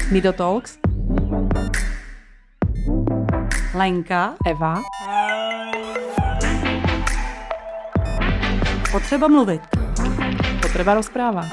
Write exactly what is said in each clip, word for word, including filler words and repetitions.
Nido Talks. Lenka. Eva. Potřeba mluvit. Potřeba rozprávat.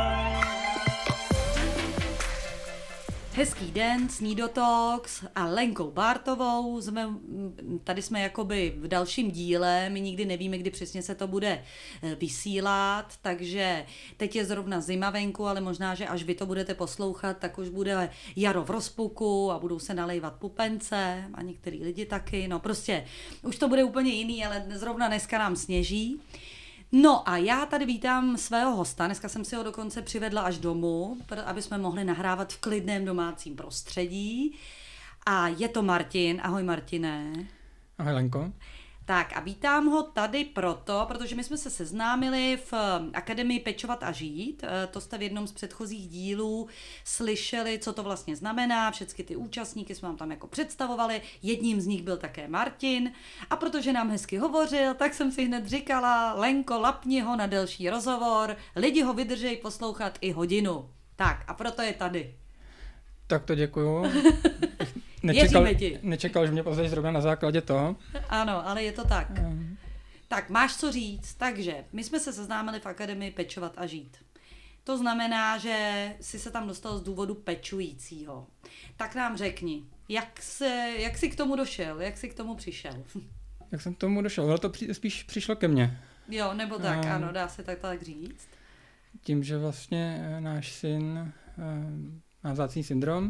Hezký den s Nido Talks a Lenkou Bártovou. Jsme, tady jsme jakoby v dalším díle, my nikdy nevíme, kdy přesně se to bude vysílat, takže teď je zrovna zima venku, ale možná, že až vy to budete poslouchat, tak už bude jaro v rozpuku a budou se nalejvat pupence a některý lidi taky, no prostě už to bude úplně jiný, ale zrovna dneska nám sněží. No a já tady vítám svého hosta, dneska jsem si ho dokonce přivedla až domů, aby jsme mohli nahrávat v klidném domácím prostředí. A je to Martin, ahoj Martine. Ahoj Lenko. Tak a vítám ho tady proto, protože my jsme se seznámili v Akademii Pečovat a žít, to jste v jednom z předchozích dílů slyšeli, co to vlastně znamená, všechny ty účastníky jsme vám tam jako představovali, jedním z nich byl také Martin a protože nám hezky hovořil, tak jsem si hned říkala, Lenko, lapni ho na delší rozhovor, lidi ho vydržejí poslouchat i hodinu. Tak a proto je tady. Tak to děkuju. Nečekal, Věříme ti. nečekal, že mě pozveš zrovna na základě toho. Ano, ale je to tak. Um. Tak máš co říct, takže my jsme se seznámili v Akademii Pečovat a žít. To znamená, že jsi se tam dostal z důvodu pečujícího. Tak nám řekni, jak, se, jak jsi k tomu došel, jak jsi k tomu přišel? Jak jsem k tomu došel? Ono to při, spíš přišlo ke mně. Jo, nebo tak, um. ano, dá se tak, tak říct. Tím, že vlastně náš syn um, má vzácný syndrom,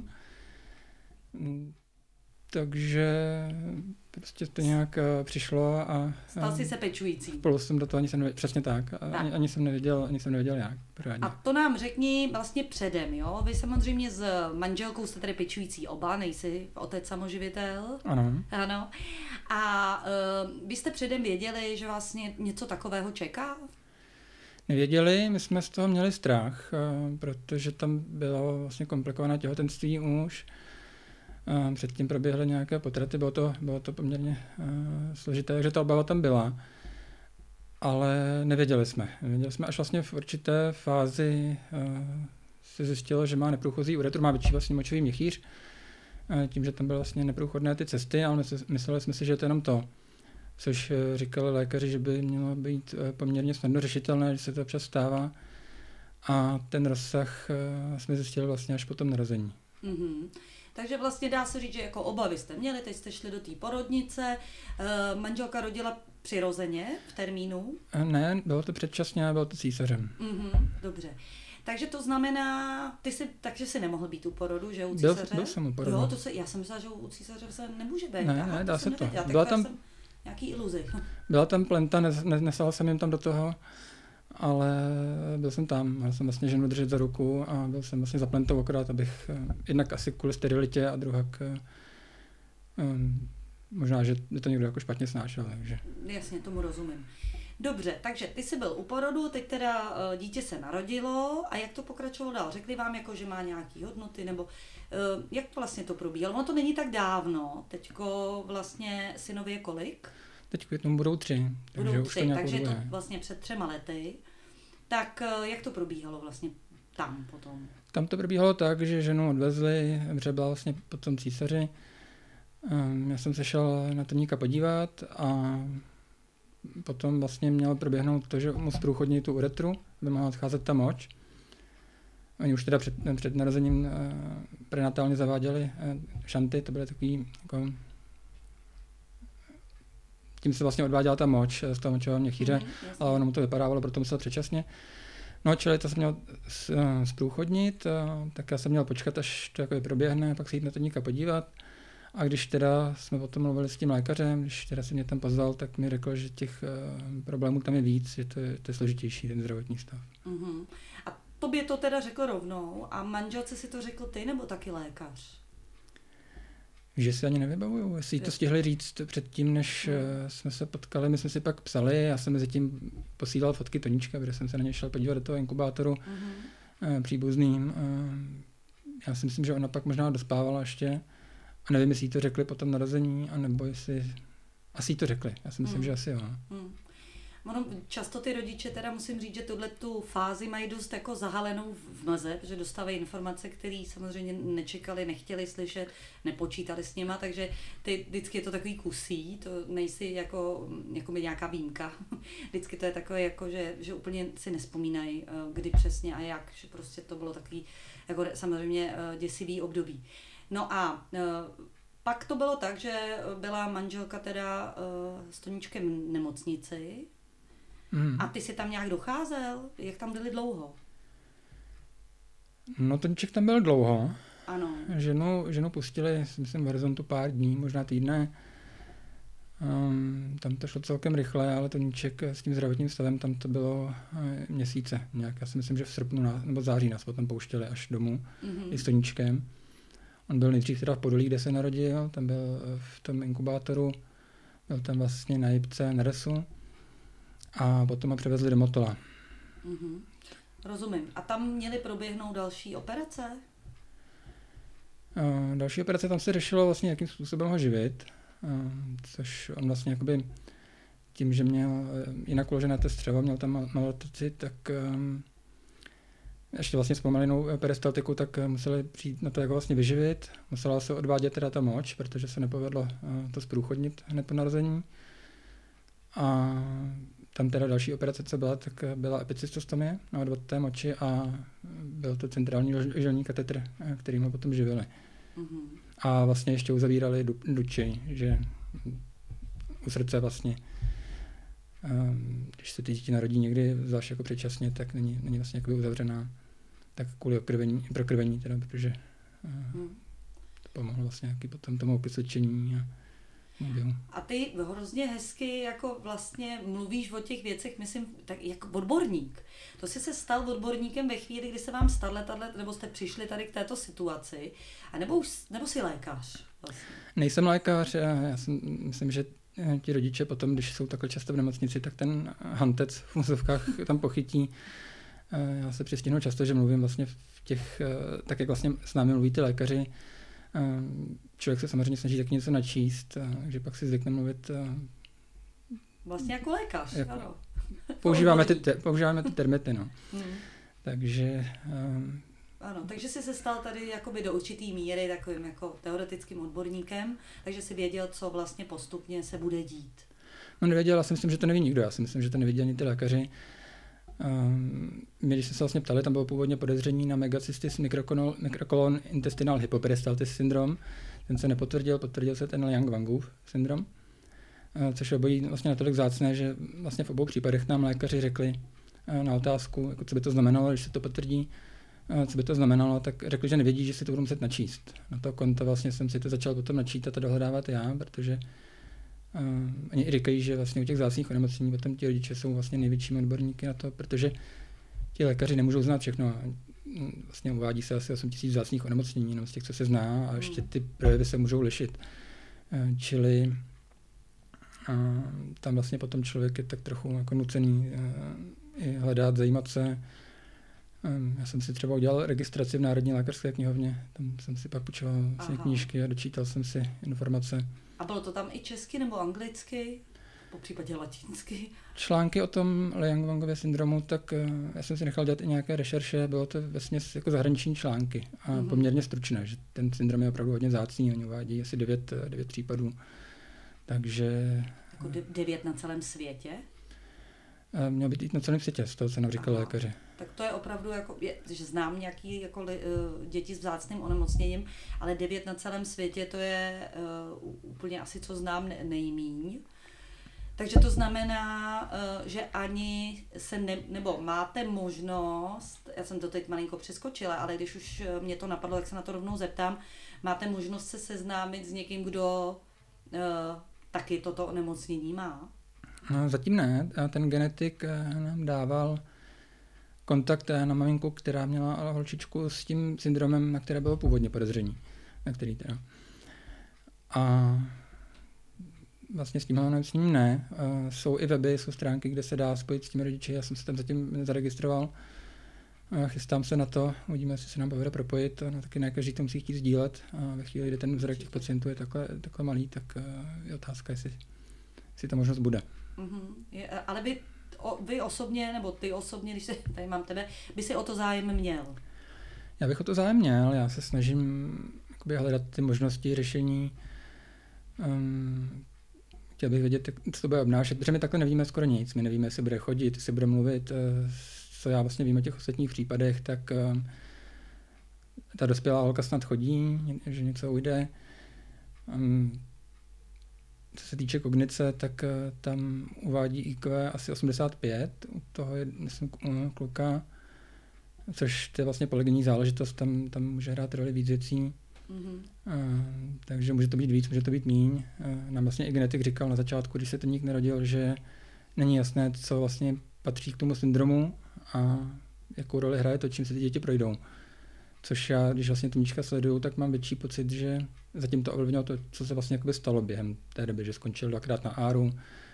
takže prostě to nějak uh, přišlo a... Stal jsi se pečující. Spolu jsem do toho ani jsem nevěděl, přesně tak, tak. Ani, ani jsem nevěděl, ani jsem nevěděl jak. Pořádně. A to nám řekni vlastně předem, jo? Vy samozřejmě s manželkou jste tady pečující oba, nejsi otec samoživitel. Ano. Ano. A uh, vy jste předem věděli, že vlastně něco takového čeká? Nevěděli, my jsme z toho měli strach, protože tam bylo vlastně komplikované těhotenství už. Předtím proběhly nějaké potraty, bylo to, bylo to poměrně složité, takže ta obava tam byla. Ale nevěděli jsme. Nevěděli jsme, až vlastně v určité fázi se zjistilo, že má neprůchozí uretru, má větší vlastně močový měchýř, tím, že tam byly vlastně neprůchodné ty cesty, ale mysleli jsme si, že je to jenom to. Což říkali lékaři, že by mělo být poměrně snadno řešitelné, že se to občas stává. A ten rozsah jsme zjistili vlastně až po tom narození. Mm-hmm. Takže vlastně dá se říct, že jako obavy jste měli, teď jste šli do té porodnice, e, manželka rodila přirozeně v termínu? Ne, bylo to předčasně, bylo to císařem. Mm-hmm, dobře. Takže to znamená, ty jsi, takže jsi nemohl být u porodu, že u císaře? Byl, byl jsem u porodu. Jo, to se, já jsem myslela, že u císaře se nemůže být. Ne, Aha, ne, dá to se to. Nevěděla. Byla tak tam... jsem nějaký iluzi. Byla tam plenta, nes, nesal jsem jim tam do toho, ale byl jsem tam. Měl jsem vlastně ženu držet za ruku a byl jsem vlastně za plentou akorát, abych jednak asi kvůli sterilitě a druhak um, možná, že to někdo jako špatně snášel. Takže. Jasně, tomu rozumím. Dobře, takže ty jsi byl u porodu, teď teda dítě se narodilo a jak to pokračovalo dál? Řekli vám, jako, že má nějaký hodnoty, nebo jak vlastně to probíhalo? Ono to není tak dávno, teďko vlastně synovi je kolik? Teď květnu budou tři. Takže budou už tři, to takže bude. to vlastně před třema lety. Tak jak to probíhalo vlastně tam potom? Tam to probíhalo tak, že ženu odvezli, protože byla vlastně po tom císaři. Já jsem se šel na trníka podívat a potom vlastně mělo proběhnout to, že mu zprůchodní tu uretru, aby mohla odcházet ta moč. Oni už teda před, před narozením uh, prenatálně zaváděli uh, šanty, to byly takový, jako, tím se vlastně odváděla ta moč z toho močového měchýře, mm-hmm, ale ono mu to vypadávalo, proto musel předčasně. No, čili to jsem měl zprůchodnit, uh, tak já jsem měl počkat, až to jako proběhne, pak se jít na trníka podívat. A když teda jsme potom mluvili s tím lékařem, když teda se mě tam pozval, tak mi řekl, že těch uh, problémů tam je víc, že to je, to je složitější, ten zdravotní stav. Uh-huh. A tobě to teda řekl rovnou a manželce si to řekl ty nebo taky lékař? Že si ani nevybavuju, jestli to stihli říct předtím, než uh, jsme se potkali, my jsme si pak psali, já jsem mezi tím posílal fotky Toníčka, protože jsem se na ně šel podívat do toho inkubátoru uh-huh. uh, příbuzným. Uh, já si myslím, že ona pak možná dospávala ještě. A nevím, jestli jí to řekli po tom narození, anebo jestli... Asi jí to řekli. Já si myslím, hmm. že asi jo. Hmm. Ono, často ty rodiče, teda musím říct, že tuhle tu fázi mají dost jako zahalenou v mlze, protože dostávají informace, které samozřejmě nečekali, nechtěli slyšet, nepočítali s nima, takže ty, vždycky je to takový kusí, to nejsi jako, jako by nějaká výjimka. Vždycky to je takové, jako, že, že úplně si nespomínají, kdy přesně a jak, že prostě to bylo takový jako samozřejmě děsivý období. No a pak to bylo tak, že byla manželka teda s Toníčkem v nemocnici. Hmm. A ty jsi tam nějak docházel? Jak tam byli dlouho? No Toníček tam byl dlouho. Ano. Ženu, ženu pustili, myslím, v horizontu pár dní, možná týdne. Um, tam to šlo celkem rychle, ale Toníček s tím zdravotním stavem, tam to bylo uh, měsíce nějak. Já si myslím, že v srpnu nás, nebo září nás potom pouštěli až domů mm-hmm. i s Toníčkem. On byl nejdřív teda v Podolí, kde se narodil, tam byl v tom inkubátoru, byl tam vlastně na Jipce, na Resu a potom ho převezli do Motola. Mm-hmm. Rozumím. A tam měly proběhnout další operace? Uh, další operace, tam se řešilo vlastně, jakým způsobem ho živit, uh, což on vlastně jakoby tím, že měl uh, jinak uložené to střevo, měl tam malnutrici, tak um, ještě vlastně s pomalinou peristaltiku, tak museli přijít na to, jak ho vlastně vyživit. Musela se odvádět teda ta moč, protože se nepovedlo uh, to zprůchodnit hned po narození. A tam teda další operace, co byla, tak byla epicystostomie na odvod té moči a byl to centrální žilní katetr, kterým ho potom živili. Mm-hmm. A vlastně ještě uzavírali du, duči, že u srdce vlastně, um, když se ty děti narodí někdy, zvlášť jako předčasně, tak není, není vlastně jakoby uzavřená, tak kvůli okrvení, prokrvení teda, protože uh, mm. to pomohlo vlastně jaký potom tomu okysličení a A ty hrozně hezky jako vlastně mluvíš o těch věcech, myslím, tak jako odborník. To jsi se stal odborníkem ve chvíli, kdy se vám stalo tato, nebo jste přišli tady k této situaci, a nebo, už, nebo jsi lékař vlastně? Nejsem lékař, já si myslím, že ti rodiče potom, když jsou takhle často v nemocnici, tak ten hantec v mozovkách tam pochytí. Já se přistihnu často, že mluvím vlastně v těch, tak jak vlastně s námi mluví ty lékaři. Člověk se samozřejmě snaží taky něco načíst, takže pak si zvykne mluvit. Vlastně jako lékař, jako, ano. Používáme ty, te, používáme ty termity, no. Hmm. Takže... Um, ano, takže jsi se stal tady jakoby do určitý míry takovým jako teoretickým odborníkem, takže si věděl, co vlastně postupně se bude dít. No nevěděl, já si myslím, že to neví nikdo, já si myslím, že to nevěděli ani ty lékaři. Um, my, když jsme se vlastně ptali, tam bylo původně podezření na megacystis microcolon intestinal hypoperistaltis syndrom. Ten se nepotvrdil, potvrdil se ten Liang-Wangův syndrom, uh, což je obojí vlastně natolik vzácné, že vlastně v obou případech nám lékaři řekli uh, na otázku, jako co by to znamenalo, když se to potvrdí, uh, co by to znamenalo, tak řekli, že nevědí, že si to budu muset načíst. Na to konto vlastně jsem si to začal potom načítat a dohledávat já, protože Uh, oni i říkají, že vlastně u těch vzácných onemocnění potom ti rodiče jsou vlastně největšími odborníky na to, protože ti lékaři nemůžou znát všechno. Vlastně uvádí se asi osm tisíc vzácných onemocnění, jenom z těch, co se zná, a ještě ty projevy se můžou lišit. Uh, čili uh, tam vlastně potom člověk je tak trochu jako nucený uh, i hledat, zajímat se. Um, já jsem si třeba udělal registraci v Národní lékařské knihovně, tam jsem si pak půjčoval vlastně knížky a dočítal jsem si informace. A bylo to tam i česky nebo anglicky, po případě latinsky? Články o tom Liang-Wangově syndromu, tak uh, já jsem si nechal dělat i nějaké rešerše, bylo to vesměs jako zahraniční články a mm-hmm. poměrně stručné, že ten syndrom je opravdu hodně vzácný, oni uvádějí asi devět, devět případů, takže... Jako de- devět na celém světě? Uh, mělo být na celém světě, z toho, co nám říkali lékaři. Tak to je opravdu, jako, je, že znám nějaký jako, uh, děti s vzácným onemocněním, ale devět na celém světě, to je uh, úplně asi, co znám ne- nejmíň. Takže to znamená, uh, že ani se ne, nebo máte možnost, já jsem to teď malinko přeskočila, ale když už mě to napadlo, tak se na to rovnou zeptám, máte možnost se seznámit s někým, kdo uh, taky toto onemocnění má? No, zatím ne. Ten genetik nám dával kontakt na maminku, která měla holčičku s tím syndromem, na které bylo původně podezření. Na který teda. A vlastně s tím onemocněním ne. Jsou i weby, jsou stránky, kde se dá spojit s těmi rodiči. Já jsem se tam zatím zaregistroval. Chystám se na to, uvidíme, jestli se nám povede propojit. No, taky ne každý to musí chtít sdílet. A ve chvíli, kdy ten vzorek těch pacientů je takhle, takhle malý, tak je otázka, jestli, jestli ta možnost bude. Mm-hmm. Je, ale vy o, vy osobně, nebo ty osobně, když se, tady mám tebe, by si o to zájem měl? Já bych o to zájem měl, já se snažím jakoby hledat ty možnosti řešení. Um, chtěl bych vědět, co to bude obnášet, protože my takhle nevíme skoro nic, my nevíme, jestli bude chodit, jestli bude mluvit, co já vlastně vím o těch ostatních případech, tak um, ta dospělá holka snad chodí, že něco ujde. Um, co se týče kognice, tak uh, tam uvádí I Q asi osmdesát pět u toho, myslím, kluka, což to je vlastně polygenní záležitost, tam, tam může hrát roli víc věcí. Mm-hmm. Uh, takže může to být víc, může to být míň. Uh, nám vlastně i genetik říkal na začátku, když se ten dík narodil, že není jasné, co vlastně patří k tomu syndromu a jakou roli hraje to, čím se ty děti projdou. Což já, když vlastně Toníčka sleduju, tak mám větší pocit, že zatím to ovlivnilo to, co se vlastně jakoby stalo během té doby, že skončil dvakrát na áru,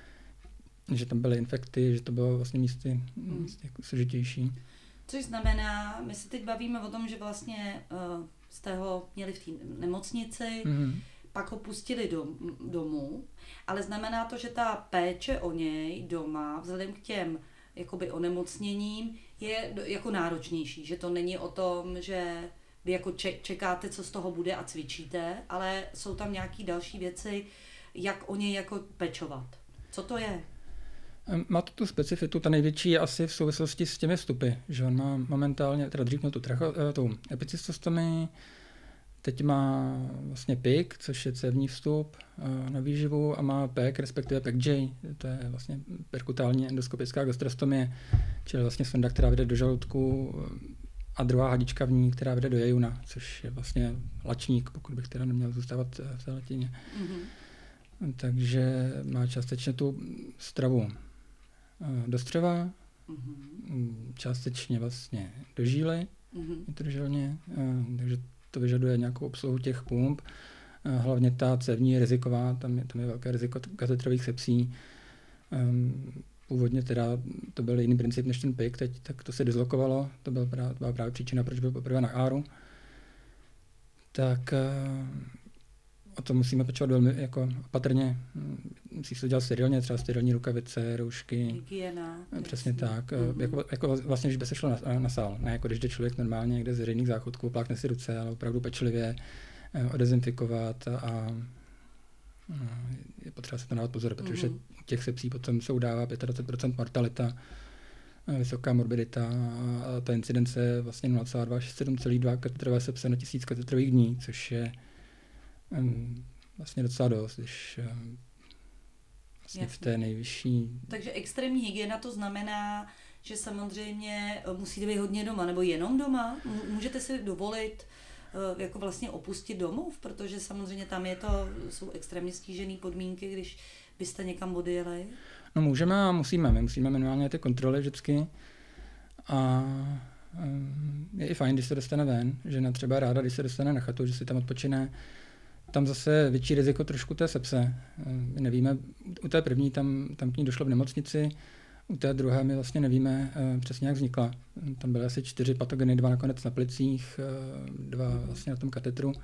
že tam byly infekty, že to bylo vlastně místy, místy jako složitější. Což znamená, my se teď bavíme o tom, že vlastně uh, jste ho měli v té nemocnici, mm-hmm. pak ho pustili do, domů, ale znamená to, že ta péče o něj doma, vzhledem k těm jakoby onemocněním, je jako náročnější, že to není o tom, že vy jako čekáte, co z toho bude a cvičíte, ale jsou tam nějaké další věci, jak o něj jako pečovat. Co to je? Má to tu specifitu, ta největší je asi v souvislosti s těmi vstupy, že on má momentálně, teda dřív měl tu, tracho, tu epicystostomii, teď má vlastně P I C, což je cévní vstup na výživu a má P E C, respektive P E C J, to je vlastně perkutální endoskopická gastrostomie, čili vlastně sonda, která vede do žaludku a druhá hadička v ní, která vede do jejuna, což je vlastně lačník, pokud bych teda neměl zůstávat v té latině. Mm-hmm. Takže má částečně tu stravu do střeva, mm-hmm. částečně vlastně do žíly, mm-hmm. takže to vyžaduje nějakou obsluhu těch pump. Hlavně ta cévní je riziková, tam je, tam je velké riziko katetrových sepsí. Původně teda to byl jiný princip než ten P I C, teď tak to se dislokovalo, to byla právě, byla právě příčina, proč byl poprvé na áru. Tak o to musíme pečovat velmi jako opatrně. Musí se to dělat sterilně, třeba sterilní rukavice, roušky. Hygiena. Přesně jasný. tak. Mm-hmm. Jako, jako vlastně, když by se šlo na, na sál. Ne jako když jde člověk normálně někde z veřejných záchodků, plákne si ruce, ale opravdu pečlivě odezinfikovat a, a je potřeba se to dávat pozor, protože mm-hmm. u těch sepsí potom se udává dvacet pět procent mortalita, vysoká morbidita a ta incidence je vlastně nula celá dva až sedm celá dva katetrové sepse na tisíc katetrových dní, což je um, vlastně docela dost, když um, vlastně Jasně. v té nejvyšší... Takže extrémní hygiena to znamená, že samozřejmě musíte být hodně doma, nebo jenom doma? Můžete si dovolit jako vlastně opustit domov, protože samozřejmě tam je to, jsou extrémně stížené podmínky, když byste někam odjeli? No můžeme a musíme. My musíme minimálně ty kontroly vždycky a je i fajn, když se dostane ven, že na třeba ráda, když se dostane na chatu, že si tam odpočine. Tam zase větší riziko trošku té sepse. My nevíme, u té první tam, tam k ní došlo v nemocnici, u té druhé my vlastně nevíme uh, přesně, jak vznikla. Tam byly asi čtyři patogeny, dva nakonec na plicích, uh, dva vlastně na tom katetru.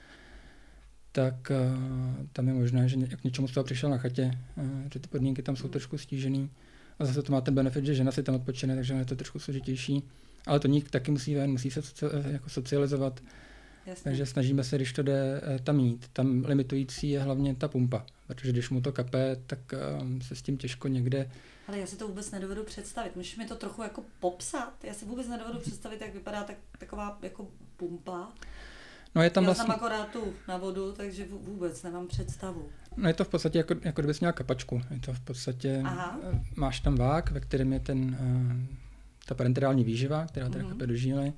Tak uh, tam je možné, že k něčemu z toho přišel na chatě, uh, že ty podmínky tam jsou trošku stížený. A zase to má ten benefit, že žena si tam odpočine, takže je to trošku složitější. Ale to ník taky musí ven, musí se soci- jako socializovat. Jasně. Takže snažíme se, když to jde, tam jít. Tam limitující je hlavně ta pumpa, protože když mu to kape, tak um, se s tím těžko někde... Ale já si to vůbec nedovedu představit. Můžeš mi to trochu jako popsat? Já si vůbec nedovedu představit, jak vypadá tak, taková jako pumpa. No je tam já vlastně... jsem akorát tu na vodu, takže vůbec nemám představu. No je to v podstatě jako, jako kdybys měla kapačku. Je to v podstatě... Aha. Máš tam vák, ve kterém je ten, uh, ta parenterální výživa, která teda mm-hmm. kape do žíly.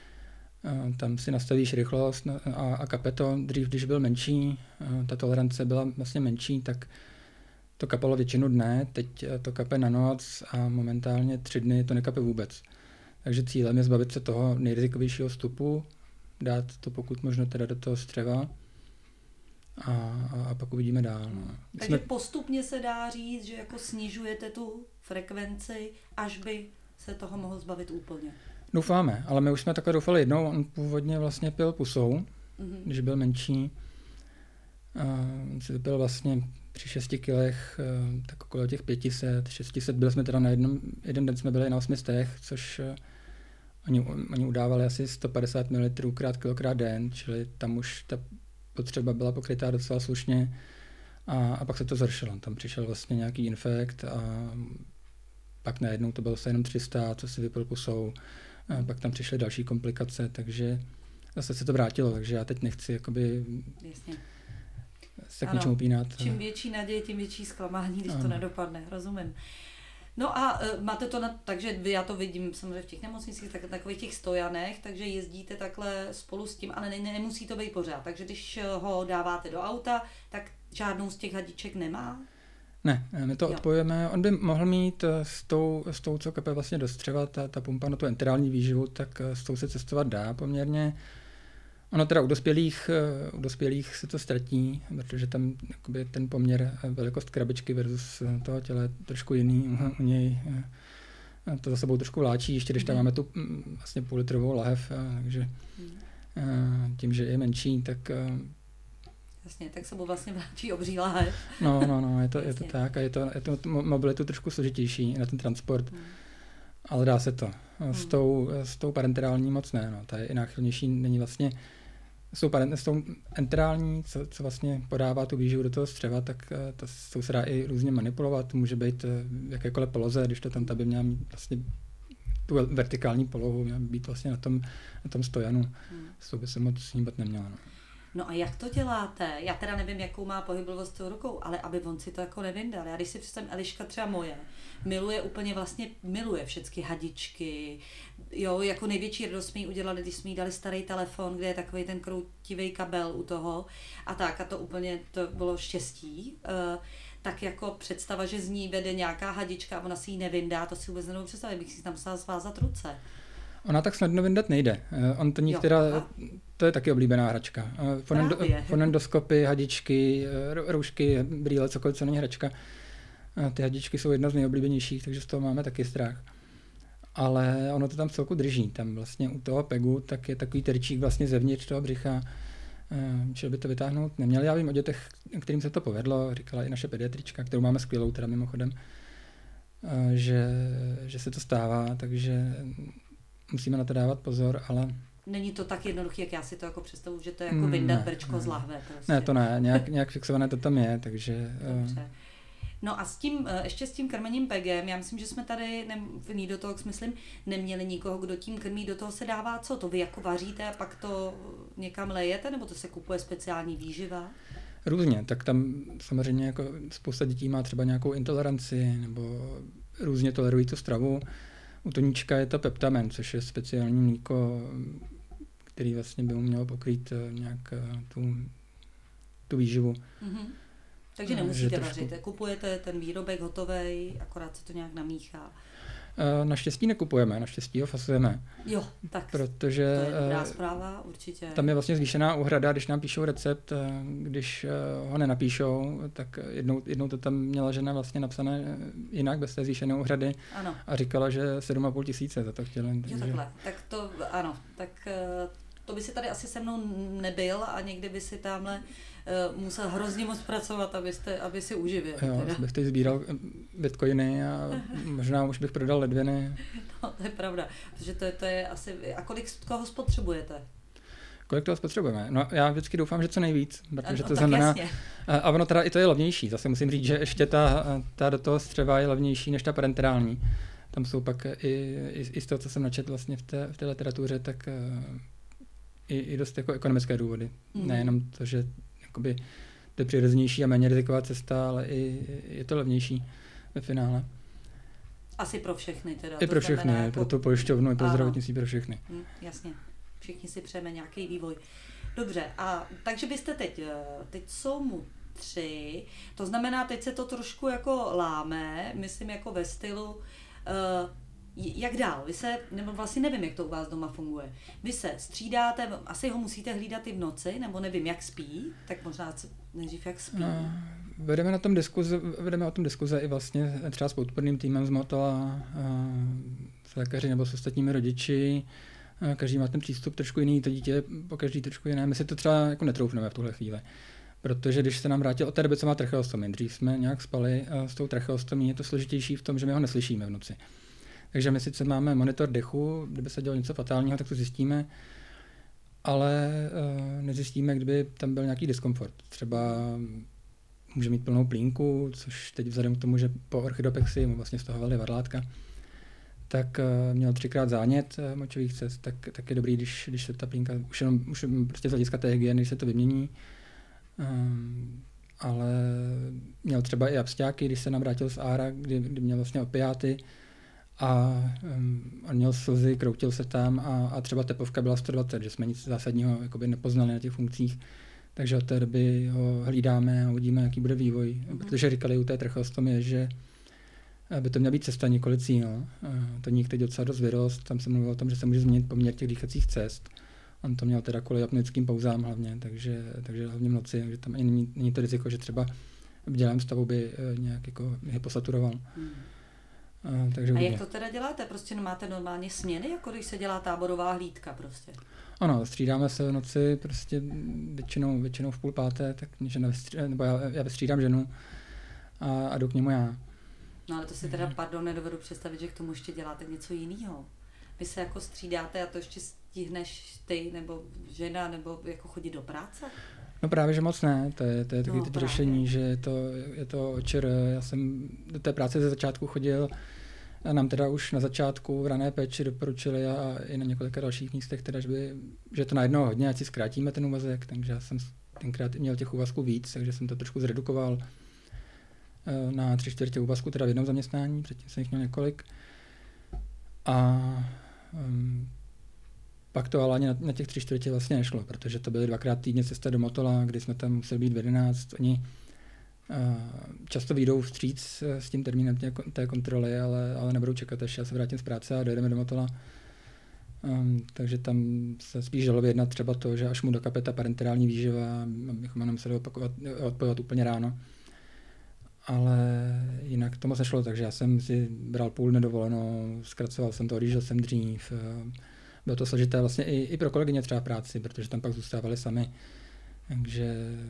Tam si nastavíš rychlost a, a kape to. Dřív, když byl menší, ta tolerance byla vlastně menší, tak to kapalo většinu dne, teď to kape na noc a momentálně tři dny to nekape vůbec. Takže cílem je zbavit se toho nejrizikovějšího vstupu, dát to pokud možno teda do toho střeva a, a, a pak uvidíme dál. No. Takže jsme... postupně se dá říct, že jako snižujete tu frekvenci, až by se toho mohl zbavit úplně. Doufáme, ale my už jsme takhle doufali jednou, on původně vlastně pil pusou, mm-hmm. když byl menší. On si vypil vlastně při šesti kilech tak okolo těch pět set, šest set, byli jsme teda na jednom, jeden den jsme byli na osmi stech, což oni, oni udávali asi sto padesát mililitrů krát kilo krát den, čili tam už ta potřeba byla pokrytá docela slušně a, a pak se to zhoršilo. Tam přišel vlastně nějaký infekt a pak najednou to bylo se jenom tři sta, co si vypil pusou, a pak tam přišly další komplikace, takže zase se to vrátilo, takže já teď nechci jakoby Jasně. se k něčemu upínat. Čím větší naděje, tím větší zklamání, když ano. to nedopadne, rozumím. No a uh, máte to, na, takže já to vidím samozřejmě v těch nemocnicích, tak, takových těch stojanech, takže jezdíte takhle spolu s tím, ale ne, nemusí to být pořád, takže když ho dáváte do auta, tak žádnou z těch hadiček nemá? Ne, my to jo. odpojujeme. On by mohl mít s tou, s tou co kape vlastně do střeva, ta, ta pumpa na tu enterální výživu, tak s tou se cestovat dá poměrně. Ono teda u dospělých, u dospělých se to ztratí, protože tam jakoby ten poměr velikost krabičky versus toho těla je trošku jiný. U něj to za sebou trošku vláčí, ještě když tam máme tu vlastně půllitrovou lahev, takže tím, že je menší, tak Jasně, tak sebou vlastně vláčí obří lahev. No, no, no, je to, je to tak a je to, je to mobilitu trošku složitější na ten transport, hmm. ale dá se to. S, hmm. tou, s tou parenterální moc ne, no, ta je i náchylnější, není vlastně, s tou, parent, s tou enterální, co, co vlastně podává tu výživu do toho střeva, tak to, s tou se dá i různě manipulovat, může být v jakékoliv poloze, když to tam ta by měla mít vlastně tu vertikální polohu, měla být vlastně na tom, na tom stojanu, hmm. s tou by se moc hýbat neměla. No. No a jak to děláte? Já teda nevím, jakou má pohyblivost tou rukou, ale aby on si to jako nevyndal. Já když si představím, Eliška třeba moje, miluje úplně vlastně, miluje všechny hadičky, jo, jako největší radost jsme jí udělali, když jsme jí dali starý telefon, kde je takový ten kroutivý kabel u toho a tak a to úplně, to bylo štěstí. Uh, tak jako představa, že z ní vede nějaká hadička a ona si ji nevyndá, to si vůbec nedovedu představit, bych si tam musela svázat ruce. Ona tak snadno vyndat nejde. On to jo, teda, aha. to je taky oblíbená hračka. Fonendo, fonendoskopy, hadičky, roušky, brýle, cokoliv, co není hračka. Ty hadičky jsou jedna z nejoblíbenějších, takže z toho máme taky strach. Ale ono to tam celku drží. Tam vlastně u toho pegu tak je takový terčík vlastně zevnitř toho břicha, čili by to vytáhnout neměl. Já vím o dětech, kterým se to povedlo, říkala i naše pediatrička, kterou máme skvělou teda mimochodem, že, že se to stává, takže musíme na to dávat pozor, ale... Není to tak jednoduché, jak já si to jako představuji, že to je jako vyndat brčko z lahve. Prostě. Ne, to ne, nějak, nějak fixované to tam je, takže... Dobře. No a s tím, ještě s tím krmením pegem, já myslím, že jsme tady ne, v Nidotalks, myslím, neměli nikoho, kdo tím krmí, do toho se dává co? To vy jako vaříte a pak to někam lejete, nebo to se kupuje speciální výživa? Různě, tak tam samozřejmě jako spousta dětí má třeba nějakou intoleranci, nebo různě tolerují tu stravu. U Toníčka je to peptamen, což je speciální mlíko, který vlastně by mu mělo pokrýt nějak tu, tu výživu. Mm-hmm. Takže nemusíte trošku... vařit, kupujete ten výrobek hotovej, akorát se to nějak namíchá. Naštěstí nekupujeme, naštěstí ho fasujeme. Jo, tak protože to je dobrá zpráva, určitě. Tam je vlastně zvýšená úhrada, když nám píšou recept, když ho nenapíšou, tak jednou, jednou to tam měla žena vlastně napsané jinak, bez té zvýšené úhrady. Ano. A říkala, že sedm a půl tisíce za to chtěla. Jo, takhle, tak to, ano, tak to by si tady asi se mnou nebyl a někdy by si tamhle uh, musel hrozně moc pracovat, abyste, aby si uživil. Jo, teda. Bych teď sbíral bitcoiny a možná už bych prodal ledviny. No, to je pravda, protože to, to je asi, a kolik toho spotřebujete? Kolik toho spotřebujeme? No já vždycky doufám, že co nejvíc, protože ano, to znamená, jasně. A ono teda i to je levnější, zase musím říct, že ještě ta, ta do toho střeva je levnější než ta parenterální. Tam jsou pak i, i, i z toho, co jsem načetl vlastně v té, v té literatuře, tak i, i dost jako ekonomické důvody. Mm. Nejenom to, že jakoby to je přirozenější a méně riziková cesta, ale i je to levnější ve finále. Asi pro všechny teda. I pro všechny, jako... pro tu pojišťovnu, i pro zdravotnictví, pro všechny. Mm, jasně, všichni si přejeme nějaký vývoj. Dobře, a takže byste teď, teď jsou mu tři, to znamená, teď se to trošku jako láme, myslím jako ve stylu, uh, jak dál? Vy se, nebo vlastně nevím, jak to u vás doma funguje. Vy se střídáte, asi ho musíte hlídat i v noci, nebo nevím, jak spí, tak možná nejdřív jak spí. No, vedeme na tom diskuze, vedeme o tom diskuze i vlastně třeba s podporným týmem z Motala, s lékaři nebo s ostatními rodiči. Každý má ten přístup trošku jiný, to dítě po každý trošku jiné. My si to třeba jako netroufneme v tuhle chvíli, Protože když se nám vrátil od té doby, co má tracheostomii, dřív jsme nějak spali s tou tracheostomí, je to složitější v tom, že my ho neslyšíme v noci. Takže my sice máme monitor dechu, kdyby se dělo něco fatálního, tak to zjistíme, ale uh, nezjistíme, kdyby tam byl nějaký diskomfort. Třeba může mít plnou plínku, což teď vzhledem k tomu, že po orchidopexii mu vlastně stahovali varlátka, tak uh, měl třikrát zánět uh, močových cest, tak, tak je dobrý, když, když se ta plínka, už jenom už prostě z hlediska té hygieny, když se to vymění. Um, ale měl třeba i absťáky, když se nám vrátil z Ára, kdy, kdy měl vlastně opiáty a um, on měl slzy, kroutil se tam a, a třeba tepovka byla sto dvacet, že jsme nic zásadního jakoby nepoznali na těch funkcích. Takže od té doby ho hlídáme a uvidíme, jaký bude vývoj. Mm-hmm. Protože říkali u té tracheostomie, že by to měla být cesta, nikoli cíl. To ník teď docela dost vyrost, tam se mluvilo o tom, že se může změnit poměr těch dýchacích cest. On to měl teda kvůli apnoickým pauzám hlavně, takže, takže hlavně v noci, takže tam ani není, není to riziko, že třeba v bdělém stavu by nějak jako hyposaturoval. Mm. A, takže a jak to teda děláte? Prostě máte normálně směny, jako když se dělá táborová hlídka prostě? Ano, střídáme se v noci, prostě většinou, většinou v půl páté, tak mě žena vystřídá, nebo já, já vystřídám ženu a, a jdu k němu já. No ale to si teda, pardon, nedovedu představit, že k tomu ještě děláte něco jiného. Vy se jako střídáte a to ještě stihneš ty, nebo žena, nebo jako chodit do práce? No právě, že moc ne, to je, to je takový no, teď řešení, že je to, je to očer. Já jsem do té práce ze začátku chodil a nám teda už na začátku v rané péči doporučili a i na několika dalších místech, teda, že, by, že to najednou hodně, ať si zkrátíme ten úvazek, takže já jsem tenkrát měl těch úvazků víc, takže jsem to trošku zredukoval na tři čtvrtě úvazku, teda v jednom zaměstnání, předtím jsem jich měl několik. A um, pak to ale ani na, na těch tři čtvrtě vlastně nešlo, protože to byly dvakrát týdně cesta do Motola, kdy jsme tam museli být v jedenáct. Oni uh, často vyjdou vstříc s tím termínem tě, té kontroly, ale, ale nebudou čekat, až já se vrátím z práce a dojedeme do Motola. Um, takže tam se spíš dalo vyjednat třeba to, že až mu dokape ta parenterální výživa, abychom jenom museli opakovat, odpojovat úplně ráno. Ale jinak to moc nešlo, takže já jsem si bral půl dne dovolenou, zkracoval jsem to, odjížděl jsem dřív. Bylo to složité vlastně i, i pro kolegyně třeba práci, protože tam pak zůstávali sami. Takže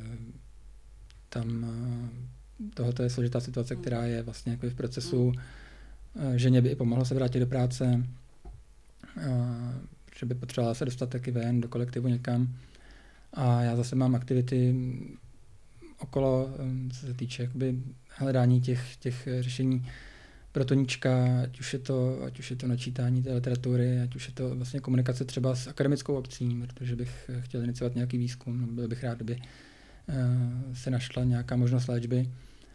tam tohoto je složitá situace, která je vlastně jako v procesu. Ženě by i pomohlo se vrátit do práce, že by potřebovala se dostat taky ven do kolektivu někam. A já zase mám aktivity okolo, co se týče jakoby hledání těch, těch řešení pro Toníčka, ať už je to, ať už je to načítání té literatury, ať už je to vlastně komunikace třeba s akademickou obcí, protože bych chtěl iniciovat nějaký výzkum, byl bych rád, kdyby se našla nějaká možnost léčby.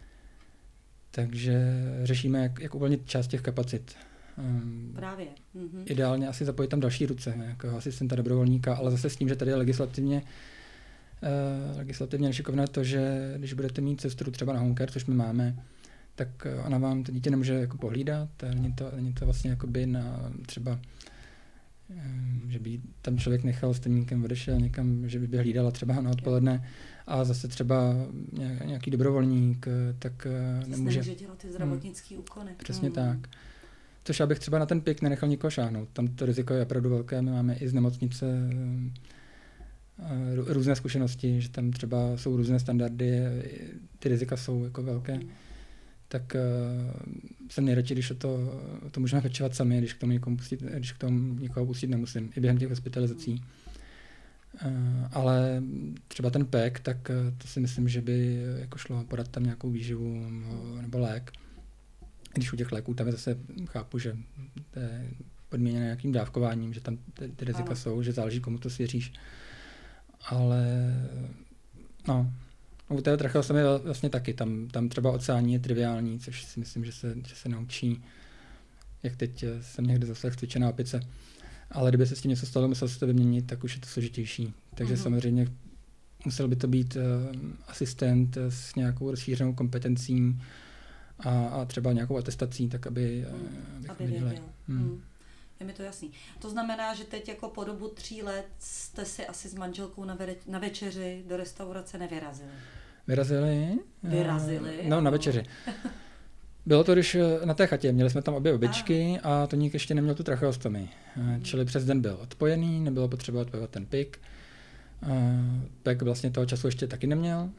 Takže řešíme, jak, jak uvolnit část těch kapacit. Právě. Mm-hmm. Ideálně asi zapojit tam další ruce, jako asistenta dobrovolníka, ale zase s tím, že tady je legislativně Uh, legislativně nešikovné to, že když budete mít sestru třeba na home care, což my máme, tak ona vám to dítě nemůže jako pohlídat, není to, není to vlastně jakoby na třeba, um, že by tam člověk nechal stejníkem, odešel někam, že by hlídala třeba na odpoledne a zase třeba nějaký dobrovolník, tak uh, nemůže. Nemůže dělat ty zdravotnické hmm. úkony. Přesně hmm. tak. Což já bych třeba na ten pik nenechal nikoho šáhnout. Tam to riziko je opravdu velké, my máme i z nemocnice um, různé zkušenosti, že tam třeba jsou různé standardy, ty rizika jsou jako velké, mm. tak uh, jsem nejradši, když o to, o to můžeme pečovat sami, když k tomu někomu pustit, když k tomu někoho pustit nemusím, i během těch hospitalizací. Mm. Uh, ale třeba ten P E K, tak uh, to si myslím, že by jako šlo podat tam nějakou výživu nebo, nebo lék. Když u těch léků tam je zase chápu, že to je podmíněné nějakým dávkováním, že tam ty, ty rizika ano. jsou, že záleží, komu to svěříš. Ale no, u té tracheostomie vlastně taky, tam, tam třeba odsání je triviální, což si myslím, že se, že se naučí, jak teď jsem někde zaslechl cvičená opice. Ale kdyby se s tím něco stalo, musel se to vyměnit, tak už je to složitější. Takže uh-huh. samozřejmě musel by to být uh, asistent s nějakou rozšířenou kompetencí a, a třeba nějakou atestací, tak aby, uh, aby věděl. Hmm. Je mi to jasný. To znamená, že teď jako po dobu tří let jste si asi s manželkou na, ve- na večeři do restaurace nevyrazili. Vyrazili? Vyrazili? No, na večeři. Bylo to, když na té chatě, měli jsme tam obě običky a Toník ještě neměl tu tracheostomii. Hmm. Čili přes den byl odpojený, nebylo potřeba odpojovat ten pik. P E K vlastně toho času ještě taky neměl,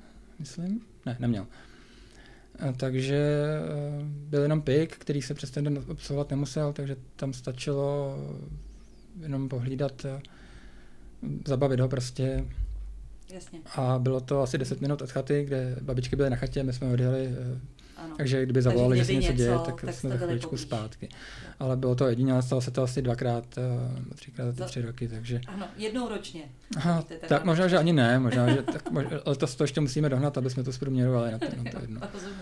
myslím. Ne, neměl. A takže byl jenom pik, který se přes ten den obsluhovat nemusel, takže tam stačilo jenom pohlídat, zabavit ho prostě. Jasně. A bylo to asi deset minut od chaty, kde babičky byly na chatě, my jsme odjeli, ano. Takže kdyby zavolali, že se něco děje, něco, tak, tak jsme za chvíličku poblíž. zpátky. Ale bylo to jediné, ale stalo se to asi dvakrát, třikrát za ty tři roky, takže... Ano, jednou ročně. Aha, tak možná, že ani ne, možná, že tak, možná, letos to ještě musíme dohnat, aby jsme to zprůměrovali na to, no, to jedno.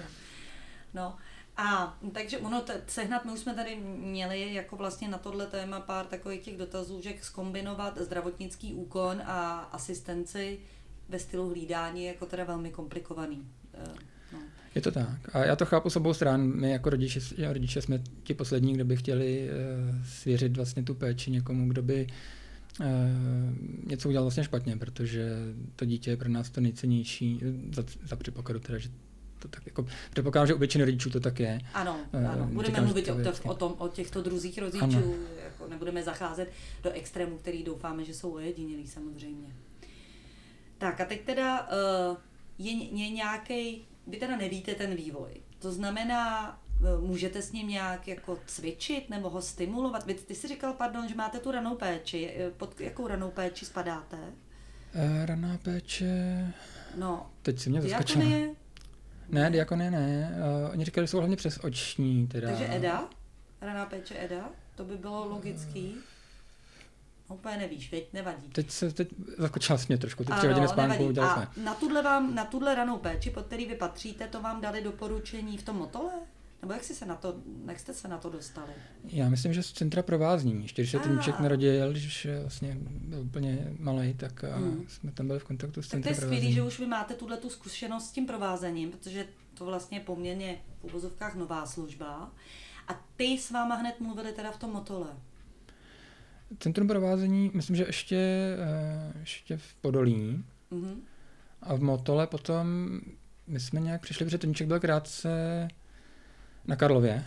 No, a takže ono t- sehnat, my už jsme tady měli jako vlastně na tohle téma pár takových těch dotazů, že zkombinovat zdravotnický úkon a asistenci ve stylu hlídání jako teda velmi komplikovaný. No. Je to tak. A já to chápu s obou stran. My jako rodiče, rodiče jsme ti poslední, kdo by chtěli uh, svěřit vlastně tu péči někomu, kdo by uh, něco udělal vlastně špatně, protože to dítě je pro nás to nejcennější, za, za předpokladu teda, že to tak jako, předpokládám, že u většiny rodičů to tak je. Ano, ano. Budeme Říkám, mluvit o, to, o, tom, o těchto druzích rodičů, jako nebudeme zacházet do extrémů, který doufáme, že jsou ojedinělí samozřejmě. Tak a teď teda uh, je, je nějaký, vy teda nevíte ten vývoj, to znamená, uh, můžete s ním nějak jako cvičit nebo ho stimulovat? Vy, ty jsi říkal, pardon, že máte tu ranou péči, pod jakou ranou péči spadáte? Uh, raná péče... No, teď si mě zaskočila. Diakonie? Ne, diakonie ne, uh, oni říkali, že jsou hlavně přes oční teda. Takže Eda? Raná péče Eda? To by bylo logický. Úplně nevíš, veď, nevadí. Teď se, teď zaskočila jsi mě trošku, ty Ano, tři hodiny spánku udělali jsme. A na tuhle, vám, na tuhle ranou péči, pod který vy patříte, to vám dali doporučení v tom motole? Nebo jak, jsi se na to, jak jste se na to dostali? Já myslím, že z centra provázní. Ještě když se ten Míček Ah. narodil, když vlastně byl úplně malej, tak hmm. jsme tam byli v kontaktu s Tak to centrem je provázní. skvělý, že už vy máte tuhle tu zkušenost s tím provázením, protože to vlastně je poměrně v uvozovkách nová služba. A ty s váma hned mluvili teda v tom motole. Centrum provázení, myslím, že ještě, ještě v Podolí. Mm-hmm. A v Motole potom my jsme nějak přišli, protože Toníček byl krátce na Karlově.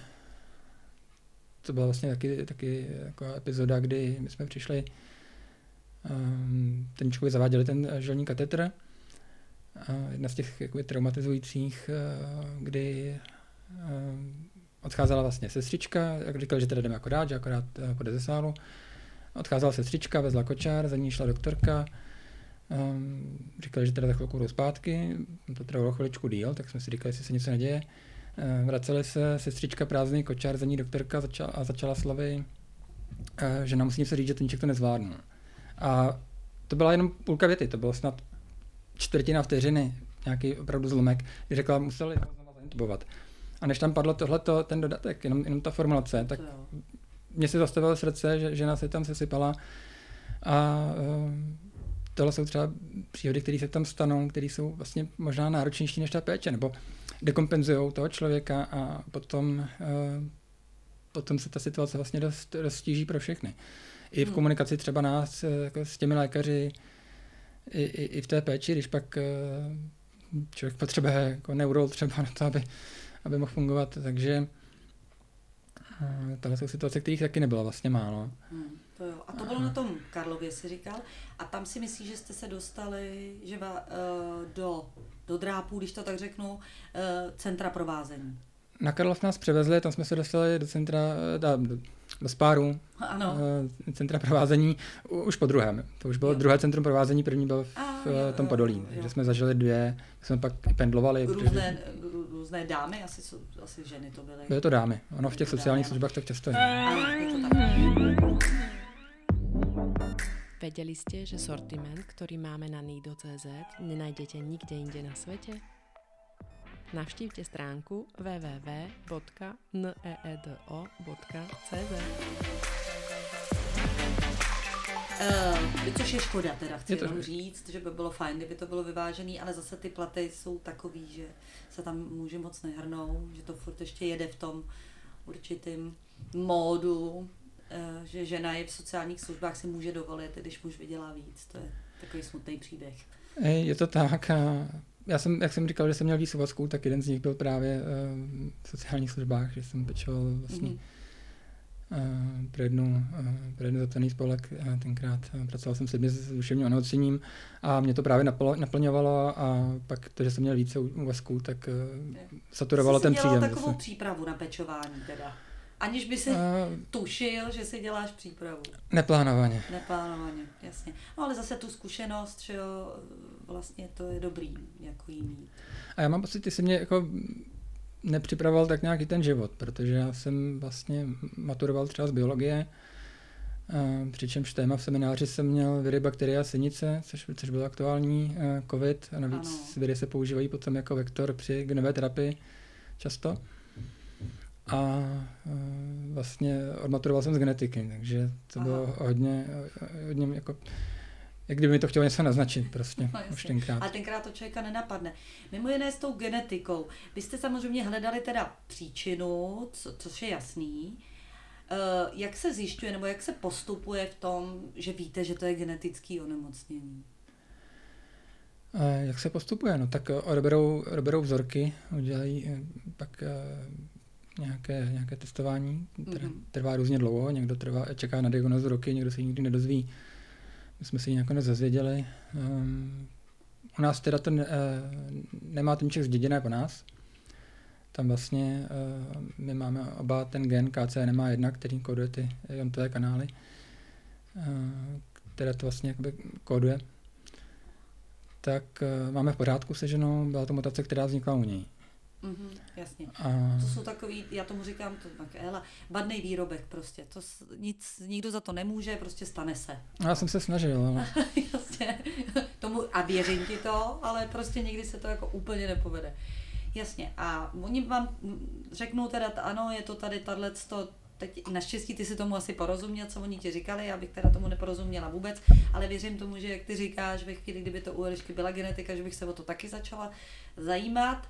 To byla vlastně taky, taky taková epizoda, kdy my jsme přišli, um, Toníčkovi zaváděli ten žilní katetr. Uh, jedna z těch jakoby traumatizujících, uh, kdy uh, odcházela vlastně sestřička, jak říkali, že teda jdeme akorát, že akorát uh, půjde ze sálu. Odcházela sestřička, vezla kočár, za ní šla doktorka. Um, říkali, že teda za chvilku jdou zpátky, to trvalo chviličku díl, tak jsme si říkali, jestli se něco neděje. Uh, vraceli se, sestřička, prázdný kočár, za ní doktorka začala, a začala slavy, uh, že nám musí něco říct, že Toníček to nezvládnu. A to byla jenom půlka věty, to bylo snad čtvrtina vteřiny, nějaký opravdu zlomek, kdy řekla, museli ho znovu zaintubovat. A než tam padlo tohleto, ten dodatek, jenom, jenom ta formulace, tak mě se zastavilo srdce, že žena se tam sesypala a uh, tohle jsou třeba příhody, které se tam stanou, které jsou vlastně možná náročnější než ta péče, nebo dekompenzujou toho člověka a potom, uh, potom se ta situace vlastně dost roztíží pro všechny. I v hmm. komunikaci třeba nás jako s těmi lékaři, i, i, i v té péči, když pak uh, člověk potřebuje jako neurol třeba na to, aby, aby mohl fungovat, takže tohle jsou situace, kterých taky nebylo vlastně málo. Hmm, to jo. A to bylo na tom Karlově, si říkal. A tam si myslíš, že jste se dostali že va, uh, do, do drápů, když to tak řeknu, uh, centra provázení. Na Karlov nás převezli, tam jsme se dostali do centra, do, do, do Spáru, ano. Uh, centra provázení, už po druhém. To už bylo jo. druhé centrum provázení, první byl v A, jo, tom Podolí. Jo. Takže jsme zažili dvě, jsme pak pendlovali. Různé, různé dámy, asi, jsou, asi ženy to byly. Byly to dámy, ono v těch sociálních službách tak často je. Ano, je to tak. Vedeli ste, že sortiment, ktorý máme na nido bodka cé zet, nenájdete nikde inde na svete? Navštívte stránku w w w bodka needo bodka cé zet. Uh, což je škoda, teda chci to jenom říct, že by bylo fajn, kdyby to bylo vyvážený, ale zase ty platy jsou takový, že se tam může moc nehrnou, že to furt ještě jede v tom určitým módu, uh, že žena je v sociálních službách si může dovolit, když muž vydělá víc. To je takový smutný příběh. Je to tak. A já jsem, jak jsem říkal, že jsem měl víc uvazků, tak jeden z nich byl právě uh, v sociálních službách, že jsem pečoval vlastně mm-hmm. pro, jednu, pro jednu zatvený spolek. Tenkrát pracoval jsem s lidmi s duševním onemocněním a mě to právě naplňovalo a pak to, že jsem měl více úvazků, tak saturovalo ten příjem. Jsi dělal takovou přípravu na pečování teda? Aniž by si uh, tušil, že si děláš přípravu. Neplánovaně. Neplánovaně, jasně. No ale zase tu zkušenost, že jo, vlastně to je dobrý, jako jí mít. A já mám pocit, ty jsi mě jako nepřipravoval tak nějaký ten život, protože já jsem vlastně maturoval třeba z biologie, uh, přičemž téma v semináři jsem měl viry, bakterie, sinice, což, což byl aktuální uh, covid, a navíc ano. Viry se používají potom jako vektor při genové terapii často. A uh, vlastně odmaturoval jsem z genetiky, takže to Aha. bylo hodně, hodně jako, jak kdyby mi to chtělo něco naznačit prostě, no, už tenkrát. Ale tenkrát to člověka nenapadne. Mimo jiné s tou genetikou. Vy jste samozřejmě hledali teda příčinu, co, což je jasný. Uh, jak se zjišťuje, nebo jak se postupuje v tom, že víte, že to je genetické onemocnění? Uh, jak se postupuje? No tak odeberou, odeberou vzorky, udělají pak uh, Nějaké, nějaké testování, které mm-hmm. trvá různě dlouho, někdo trvá, čeká na diagnózu roky, někdo se nikdy nedozví. My jsme si ji nakonec zazvěděli. Um, u nás teda to ne, nemá ten niček zděděné po nás. Tam vlastně uh, my máme oba ten gen K C N M A jedna, který kóduje ty iontové kanály, uh, které to vlastně jakoby kóduje. Tak uh, máme v pořádku se ženou, byla to mutace, která vznikla u něj. Mm-hmm, jasně. A... To jsou takový, já tomu říkám, to tak, Ela, vadnej výrobek prostě, to nic, nikdo za to nemůže, prostě stane se. Já jsem se snažil, ale... Jasně, tomu, a věřím ti to, ale prostě někdy se to jako úplně nepovede. Jasně, a oni vám řeknou teda, ano, je to tady tato, teď naštěstí ty si tomu asi porozuměl, co oni ti říkali, já bych teda tomu neporozuměla vůbec, ale věřím tomu, že jak ty říkáš, ve chvíli, kdyby to u Elišky byla genetika, že bych se o to taky začala zajímat.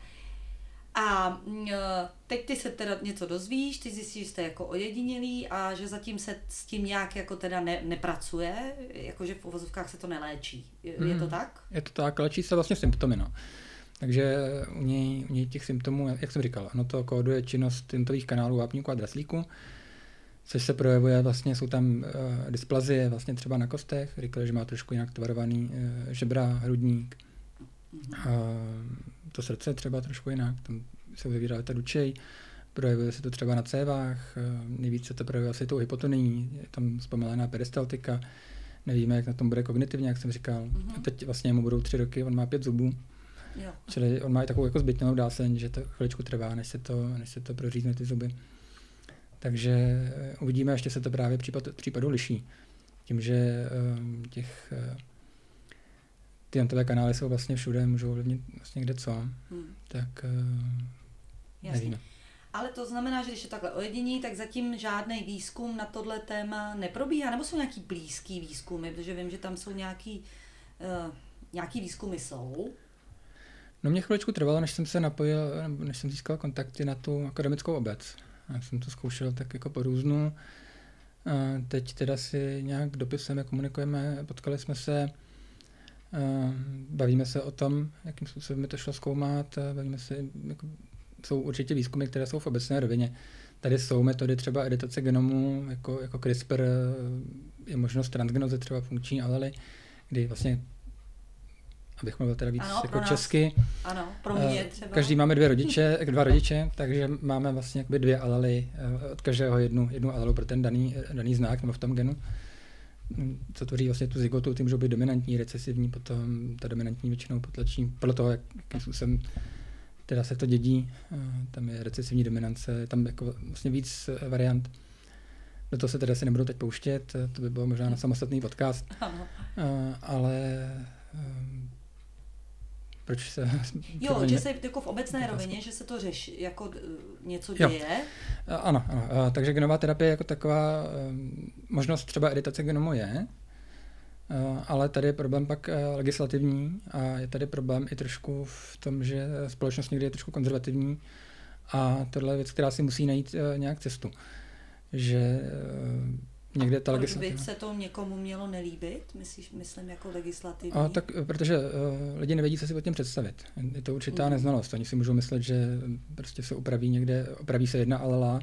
A teď ty se teda něco dozvíš, ty zjistíš, že jste jako ojedinělý a že zatím se s tím nějak jako teda ne, nepracuje, jakože v uvozovkách se to neléčí. Je, hmm. je to tak? Je to tak, léčí se vlastně symptomy, no. Takže u něj, u něj těch symptomů, jak jsem říkal, ono to kóduje činnost ionových kanálů vápníku a draslíku, což se projevuje, vlastně jsou tam uh, dysplazie vlastně třeba na kostech, říkali, že má trošku jinak tvarovaný uh, žebra, hrudník, mm-hmm. uh, to srdce třeba trošku jinak, tam se uzavírá ta dučej, projevuje se to třeba na cévách, uh, nejvíc se to projevuje asi tou hypotonií, je tam zpomalená peristaltika, nevíme, jak na tom bude kognitivně, jak jsem říkal. Mm-hmm. A teď vlastně mu budou tři roky, on má pět zubů, jo. Čili on má i takovou jako zbytnělou dáseň, že to chviličku trvá, než se to, než se to prořízne ty zuby. Takže uvidíme, ještě se to právě případ, případu liší. Tím, že um, těch uh, ty iontové kanály jsou vlastně všude, můžou ovlivnit vlastně kde co, hmm. tak uh, nevíme. Ale to znamená, že když je takhle ojedinění, tak zatím žádný výzkum na tohle téma neprobíhá, nebo jsou nějaký blízký výzkumy, protože vím, že tam jsou nějaký, uh, nějaký výzkumy jsou. No mě chviličku trvalo, než jsem se napojil, než jsem získal kontakty na tu akademickou obec. Já jsem to zkoušel tak jako po různu. Teď teda si nějak dopisem komunikujeme, potkali jsme se, bavíme se o tom, jakým způsobem mi to šlo zkoumat, bavíme se, jako, jsou určitě výzkumy, které jsou v obecné rovině. Tady jsou metody třeba editace genomu, jako, jako CRISPR, je možnost transgenoze třeba funkční alely, kdy vlastně, abych mluvil teda víc ano, jako česky. Ano, pro mě třeba. Každý máme dvě rodiče, dva rodiče, takže máme vlastně jakoby dvě alely, od každého jednu, jednu alelu pro ten daný, daný znak nebo v tom genu. Co tvoří vlastně tu zygotu, ty můžou být dominantní, recesivní, potom ta dominantní většinou potlačí, podle toho, jakým způsobem teda se to dědí, tam je recesivní dominance, tam jako vlastně víc variant. Do toho se teda si nebudu teď pouštět, to by bylo možná na samostatný podcast, ano. ale proč se... Jo, že se jako v obecné rovině, že se to řeší, jako něco děje. Jo. Ano, ano, takže genová terapie jako taková možnost třeba editace genomu je, ale tady je problém pak legislativní a je tady problém i trošku v tom, že společnost někdy je trošku konzervativní a tohle je věc, která si musí najít nějak cestu. Že někde ta legislativa... by se to někomu mělo nelíbit, myslíš, myslím jako legislativní? A tak, protože uh, lidi nevědí, co si pod tím představit. Je to určitá mm. neznalost. Oni si můžou myslet, že prostě se upraví někde, opraví se jedna alela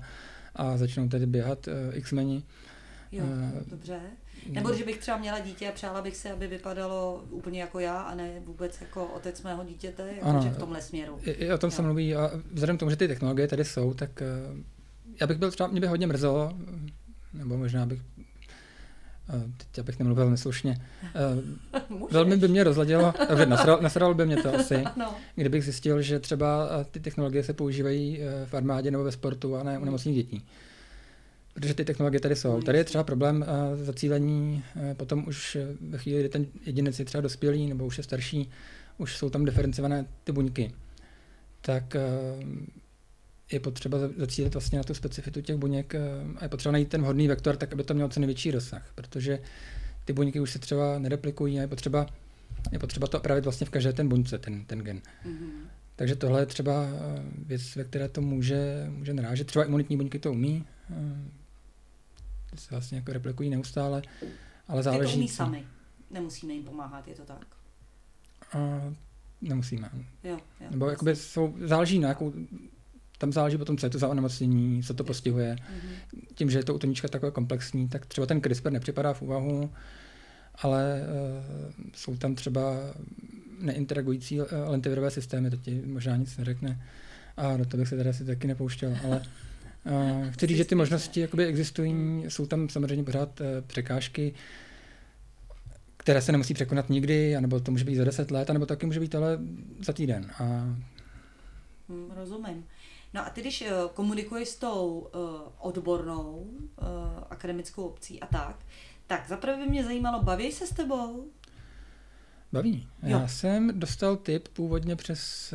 a začnou tedy běhat uh, X-meni. Jo, uh, dobře. Nebo že bych třeba měla dítě a přála bych si, aby vypadalo úplně jako já a ne vůbec jako otec mého dítěte, jakože v tomhle směru. I, i o tom jo. se mluví a vzhledem k tomu, že ty technologie tady jsou, tak uh, já bych byl třeba, mě by hodně mrzelo, nebo možná bych, uh, teď abych nemluvil neslušně, uh, velmi by mě rozladilo, nasral, nasral by mě to asi, ano. Kdybych zjistil, že třeba ty technologie se používají v armádě nebo ve sportu a ne u nemocných dětí. Protože ty technologie tady jsou. Tady je třeba problém uh, zacílení, uh, potom už ve chvíli, kdy ten jedinec je třeba dospělý nebo už je starší, už jsou tam diferencované ty buňky. Tak uh, je potřeba zacílit vlastně na tu specifitu těch buněk uh, a je potřeba najít ten vhodný vektor, tak aby to mělo co největší rozsah, protože ty buňky už se třeba nereplikují a je potřeba, je potřeba to opravit vlastně v každé ten buňce, ten, ten gen. Mm-hmm. Takže tohle je třeba věc, ve které to může, může narážet. Třeba imunitní buňky to umí, ty se vlastně jako replikují neustále, ale záleží... Ty to umí sami, nemusíme jim pomáhat, je to tak? A nemusíme. Jo, jo, Nebo jakoby jsou, záleží na jakou, tam záleží potom, co je to za onemocnění, co to postihuje. Mm-hmm. Tím, že je to utonička takové komplexní, tak třeba ten CRISPR nepřipadá v úvahu, ale uh, jsou tam třeba neinteragující lentivirové systémy, to ti možná nic neřekne. A do toho bych se teda si taky nepouštěl, ale uh, chci říct, že ty možnosti jakoby existují, jsou tam samozřejmě pořád uh, překážky, které se nemusí překonat nikdy, anebo to může být za deset let, anebo taky může být ale za týden. A... Hmm, rozumím. No a ty, když uh, komunikuješ s tou uh, odbornou uh, akademickou obcí a tak, tak zaprvé by mě zajímalo, baví se s tebou? Baví. Jo. Já jsem dostal tip původně přes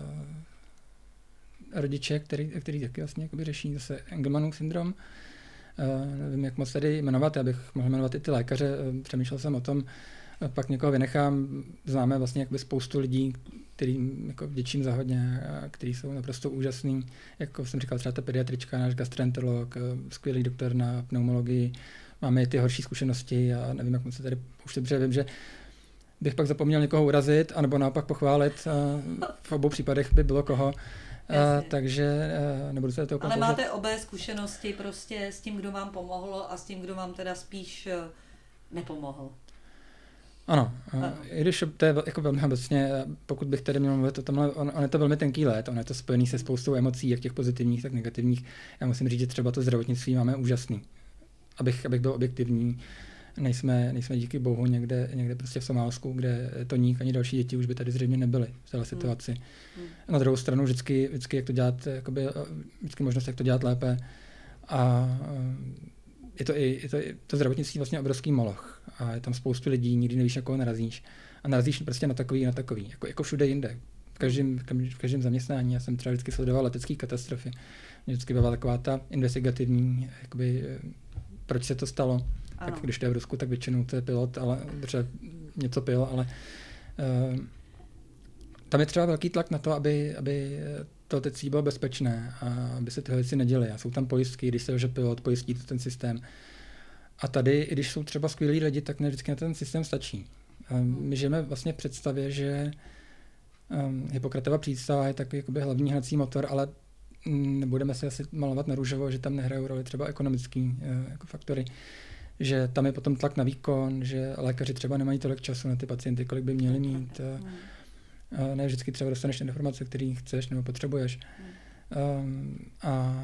uh, rodiče, který, který taky vlastně jakoby řeší zase Engelmannův syndrom. Uh, nevím, jak moc tady jmenovat, já bych mohl jmenovat i ty lékaře, uh, přemýšlel jsem o tom, uh, pak někoho vynechám, známe vlastně jakoby spoustu lidí, kterým jako vděčím za hodně, a který jsou naprosto úžasný, jako jsem říkal, třeba ta pediatrička, náš gastroenterolog, uh, skvělý doktor na pneumologii, máme i ty horší zkušenosti a nevím, jak moc se tady pouštět, protože vím, že bych pak zapomněl někoho urazit, anebo naopak pochválit. V obou případech by bylo koho. A, takže nebudu se to úplně Ale máte obé zkušenosti prostě s tím, kdo vám pomohl a s tím, kdo vám teda spíš nepomohl. Ano, ano. I když to je jako velmi obecně, pokud bych tady měl mluvit o tomhle, on, on je to velmi tenký let, on je to spojený se spoustou emocí, jak těch pozitivních, tak negativních. Já musím říct, že třeba to zdravotnictví máme úžasný. Abych, abych byl objektivní. Nejsme, nejsme díky bohu někde, někde prostě v Somálsku, kde Toník ani další děti už by tady zřejmě nebyly v téhle situaci. Hmm. Na druhou stranu vždycky, vždycky jak to dělat, jakoby, vždycky možnost, jak to dělat lépe. A je to i je to, je to zdravotnictví vlastně obrovský moloch. A je tam spoustu lidí, nikdy nevíš, na koho narazíš. A narazíš prostě na takový na takový, jako, jako všude jinde. V každém, v každém zaměstnání. Já jsem třeba vždycky sledoval letecké katastrofy. Mě vždycky byla taková ta investigativní, jakoby, proč se to stalo. Ano. Tak když to je v Rusku, tak většinou to je pilot, ale třeba něco pil, ale uh, tam je třeba velký tlak na to, aby, aby to letectví bylo bezpečné a aby se tyhle věci neděly. A jsou tam pojistky, když se že pilot pojistí to ten systém. A tady, i když jsou třeba skvělí lidi, tak ne vždycky na ten systém stačí. Um, my žijeme vlastně v představě, že um, Hippokratova přístava je takový jakoby hlavní hnací motor, ale nebudeme se asi malovat na růžovo, že tam nehrajou roli třeba ekonomický uh, jako faktory. Že tam je potom tlak na výkon, že lékaři třeba nemají tolik času na ty pacienty, kolik by měli mít. A ne vždycky třeba dostaneš informace, které chceš nebo potřebuješ. Um, a...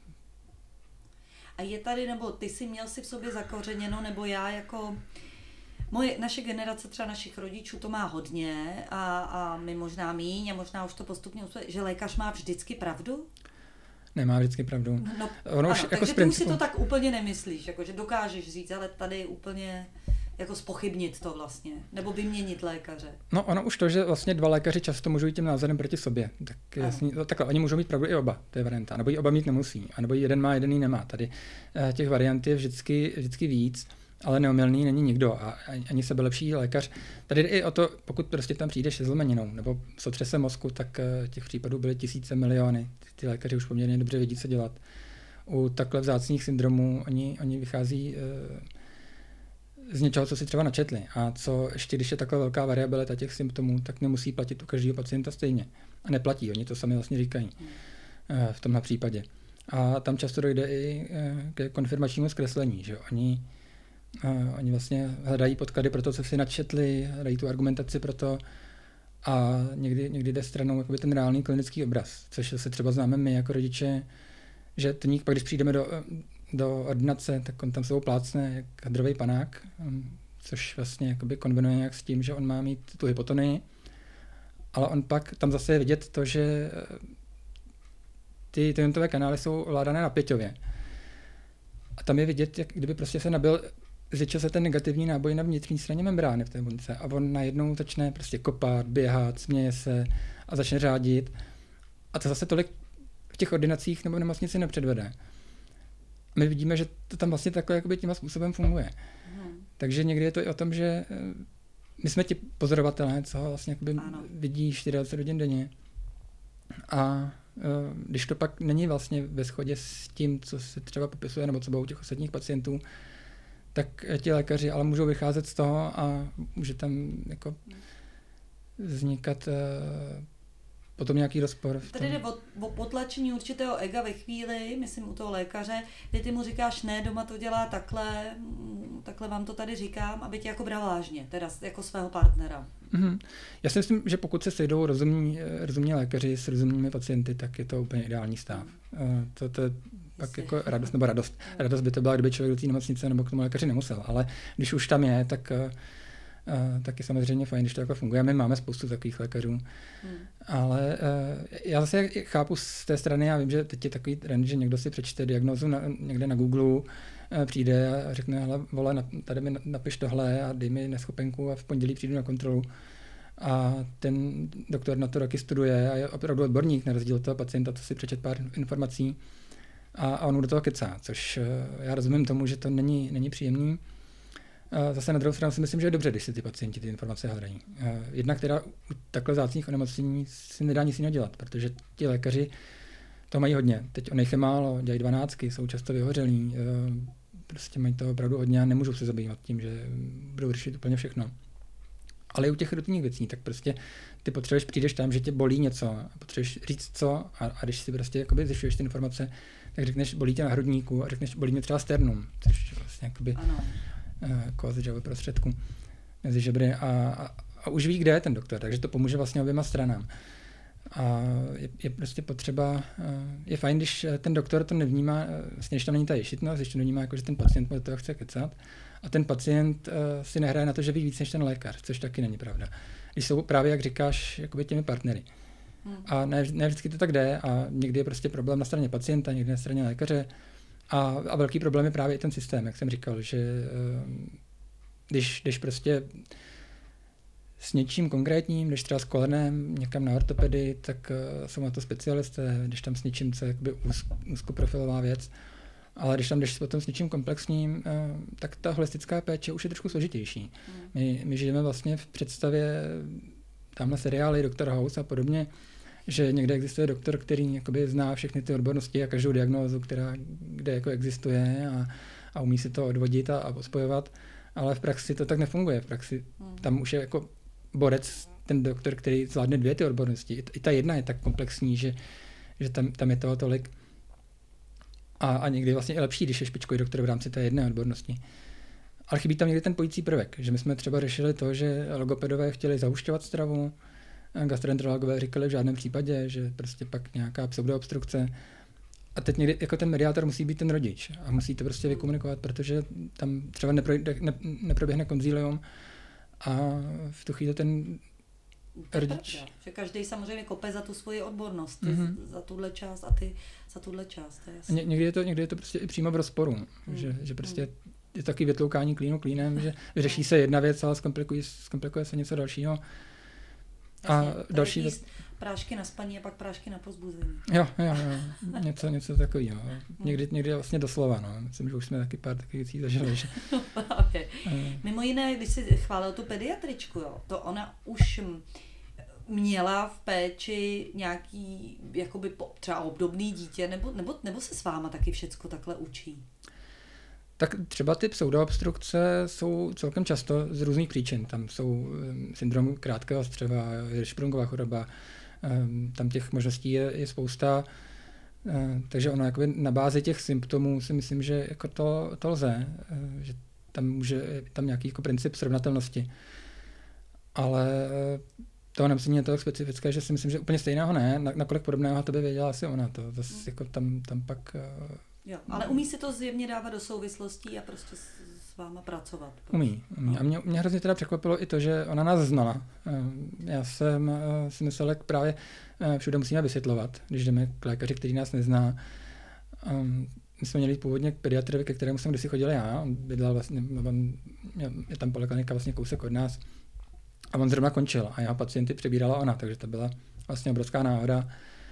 a je tady, nebo ty jsi měl si v sobě zakořeněno, nebo já jako... Moje, naše generace, třeba našich rodičů, to má hodně a, a my možná míň a možná už to postupně, že lékař má vždycky pravdu? Nemá vždycky pravdu. No, ono ano, už jako takže z principu... ty už si to tak úplně nemyslíš, jako, že dokážeš říct, ale tady úplně jako zpochybnit to vlastně, nebo vyměnit lékaře. No ono už to, že vlastně dva lékaři často můžou jít tím názorem proti sobě, tak jasný, takhle, oni můžou mít pravdu i oba, to je varianta, nebo ji oba mít nemusí, anebo jeden má, jeden ji nemá. Tady těch variant je vždycky, vždycky víc, ale neomylný není nikdo a ani sebelepší lékař. Tady jde i o to, pokud prostě tam přijdeš se zlomeninou nebo s otřesem mozku, tak těch případů byly tisíce, miliony. Ty lékaři už poměrně dobře vědí, co dělat. U takhle vzácných syndromů oni, oni vychází z něčeho, co si třeba načetli. A co ještě, když je takhle velká variabilita těch symptomů, tak nemusí platit u každého pacienta stejně. A neplatí, oni to sami vlastně říkají v tomhle případě. A tam často dojde i ke konfirmačnímu zkreslení, že oni, oni vlastně hledají podklady pro to, co si načetli, hledají tu argumentaci pro to a někdy, někdy jde stranou jakoby ten reálný klinický obraz, což se třeba známe my jako rodiče, že teník pak, když přijdeme do, do ordinace, tak on tam sebou plácne jak hadrový panák, což vlastně jakoby konvenuje nějak s tím, že on má mít tu hypotonii, ale on pak tam zase je vidět to, že ty ionitové kanály jsou ovládané napěťově. A tam je vidět, jak kdyby prostě se nabil, zvětšil se ten negativní náboj na vnitřní straně membrány v té buňce a on najednou začne prostě kopat, běhat, směje se a začne řádit. A to zase tolik v těch ordinacích nebo v nemocnici nepředvede. My vidíme, že to tam vlastně takhle jakoby tím způsobem funguje. Hmm. Takže někdy je to i o tom, že my jsme ti pozorovatelé, co vlastně jakoby vidí dvacet čtyři hodin denně. A když to pak není vlastně ve shodě s tím, co se třeba popisuje, nebo co bylo u těch ostatních pacientů, tak ti lékaři ale můžou vycházet z toho a může tam jako vznikat potom nějaký rozpor. Tady jde o, o potlačení určitého ega ve chvíli, myslím u toho lékaře, kdy ty mu říkáš, ne, doma to dělá takhle, takhle vám to tady říkám, aby tě jako bral vážně, teda jako svého partnera. Mm-hmm. Já si myslím, že pokud se sejdou rozumní, rozumní lékaři s rozumnými pacienty, tak je to úplně ideální stav. Mm. To, to je pak Jsi. jako radost, nebo radost. Mm. Radost by to byla, kdyby člověk do té nemocnice nebo k tomu lékaři nemusel, ale když už tam je, tak Uh, tak je samozřejmě fajn, když to jako funguje. My máme spoustu takových lékařů. Hmm. Ale uh, já zase chápu z té strany, já vím, že teď je takový trend, že někdo si přečte diagnózu na, někde na Google, uh, přijde a řekne, hele, vole, tady mi napiš tohle a dej mi neschopenku a v pondělí přijdu na kontrolu. A ten doktor na to roky studuje a je opravdu odborník na rozdíl od toho pacienta, co si přečet pár informací a, a on mu do toho kecá, což uh, já rozumím tomu, že to není, není příjemný. Zase na druhou stranu si myslím, že je dobře, když si ty pacienti ty informace hledají. Jedna, která u takhle vzácných onemocnění si nedá nic jiného dělat, protože ti lékaři to mají hodně. Teď onej málo, dělají dvanáctky, jsou často vyhořelí, prostě mají toho opravdu hodně a nemůžou se zabývat tím, že budou řešit úplně všechno. Ale i u těch rutinních věcí, tak prostě ty potřebuješ, přijdeš tam, že tě bolí něco a potřebuješ říct co a, a když si prostě jakoby zjišťuješ ty informace, tak řekneš, bolí tě na hrudníku a řekneš, bolí mě třeba sternum, což vlastně jakoby kost žalu prostředku mezi žebry a, a, a už ví, kde je ten doktor, takže to pomůže vlastně oběma stranám. A je, je prostě potřeba, je fajn, když ten doktor to nevnímá, vlastně když tam není ta ješitnost, když to nevnímá, jako, že ten pacient do toho chce kecat a ten pacient si nehraje na to, že ví víc než ten lékař, což taky není pravda. Když jsou právě, jak říkáš, jakoby těmi partnery. Hmm. A ne, ne vždycky to tak jde a někdy je prostě problém na straně pacienta, někdy na straně lékaře. A, a velký problém je právě i ten systém, jak jsem říkal, že když, když prostě s něčím konkrétním, když třeba s kolenem někam na ortopedii, tak jsou na to specialisté, když tam s něčím, co je jakoby úz, úzkoprofilová věc, ale když tam jdeš potom s něčím komplexním, tak ta holistická péče už je trošku složitější. My, my žijeme vlastně v představě tamhle seriály Doktor House a podobně, že někde existuje doktor, který jakoby zná všechny ty odbornosti a každou diagnózu, která kde jako existuje a, a umí si to odvodit a, a spojovat, ale v praxi to tak nefunguje. V praxi hmm. tam už je jako borec, ten doktor, který zvládne dvě ty odbornosti. I, i ta jedna je tak komplexní, že, že tam, tam je toho tolik. A, a někdy vlastně je lepší, když je špičkový doktor v rámci té jedné odbornosti. Ale chybí tam někdy ten pojící prvek, že my jsme třeba řešili to, že logopedové chtěli zahušťovat stravu, gastroenterologové říkali v žádném případě, že prostě pak nějaká pseudoobstrukce. A teď někdy jako ten mediátor musí být ten rodič a musí to prostě vykomunikovat, protože tam třeba neprojde, ne, neproběhne konzílium a v tu chvíli ten rodič... Pravda, že každý samozřejmě kope za tu svoji odbornost, mm-hmm. za tuhle část a ty za tuhle část. To je jasný. Ně, někdy, je to, někdy je to prostě i přímo v rozporu, mm. že, že prostě mm. je taky vytloukání klínu klínem, že vyřeší se jedna věc, ale zkomplikuje, zkomplikuje se něco dalšího. A další věc. Prášky na spaní a pak prášky na pozbuzení. Jo, jo, jo. Něco, něco takového. Někdy, někdy vlastně doslova, no. Myslím, že už jsme taky pár takových věcí zažili. Že... Právě. Mimo jiné, když jsi chválil tu pediatričku, jo, to ona už měla v péči nějaký jakoby třeba obdobný dítě, nebo, nebo, nebo se s váma taky všecko takhle učí? Tak třeba ty pseudoobstrukce jsou celkem často z různých příčin. Tam jsou syndrom krátkého střeva, Hirschsprungová choroba, tam těch možností je, je spousta. Takže ono jakoby na bázi těch symptomů si myslím, že jako to, to lze, že tam může tam nějaký jako princip srovnatelnosti. Ale to onemocnění je to specifické, že si myslím, že úplně stejného ne, nakolik podobného to by věděla asi ona. To zase mm. jako tam, tam pak... Jo, ale umí si to zjevně dávat do souvislostí a prostě s, s váma pracovat. Prostě. Umí, umí. No. A mě, mě hrozně teda překvapilo i to, že ona nás znala. Já jsem si myslel, jak právě všude musíme vysvětlovat, když jdeme k lékaři, který nás nezná. My jsme měli původně k pediatrovi, ke kterému jsem kdysi chodil já. On bydlel vlastně, on je tam poliklinika vlastně kousek od nás. A on zrovna končil a jeho pacienty přebírala ona, takže to byla vlastně obrovská náhoda.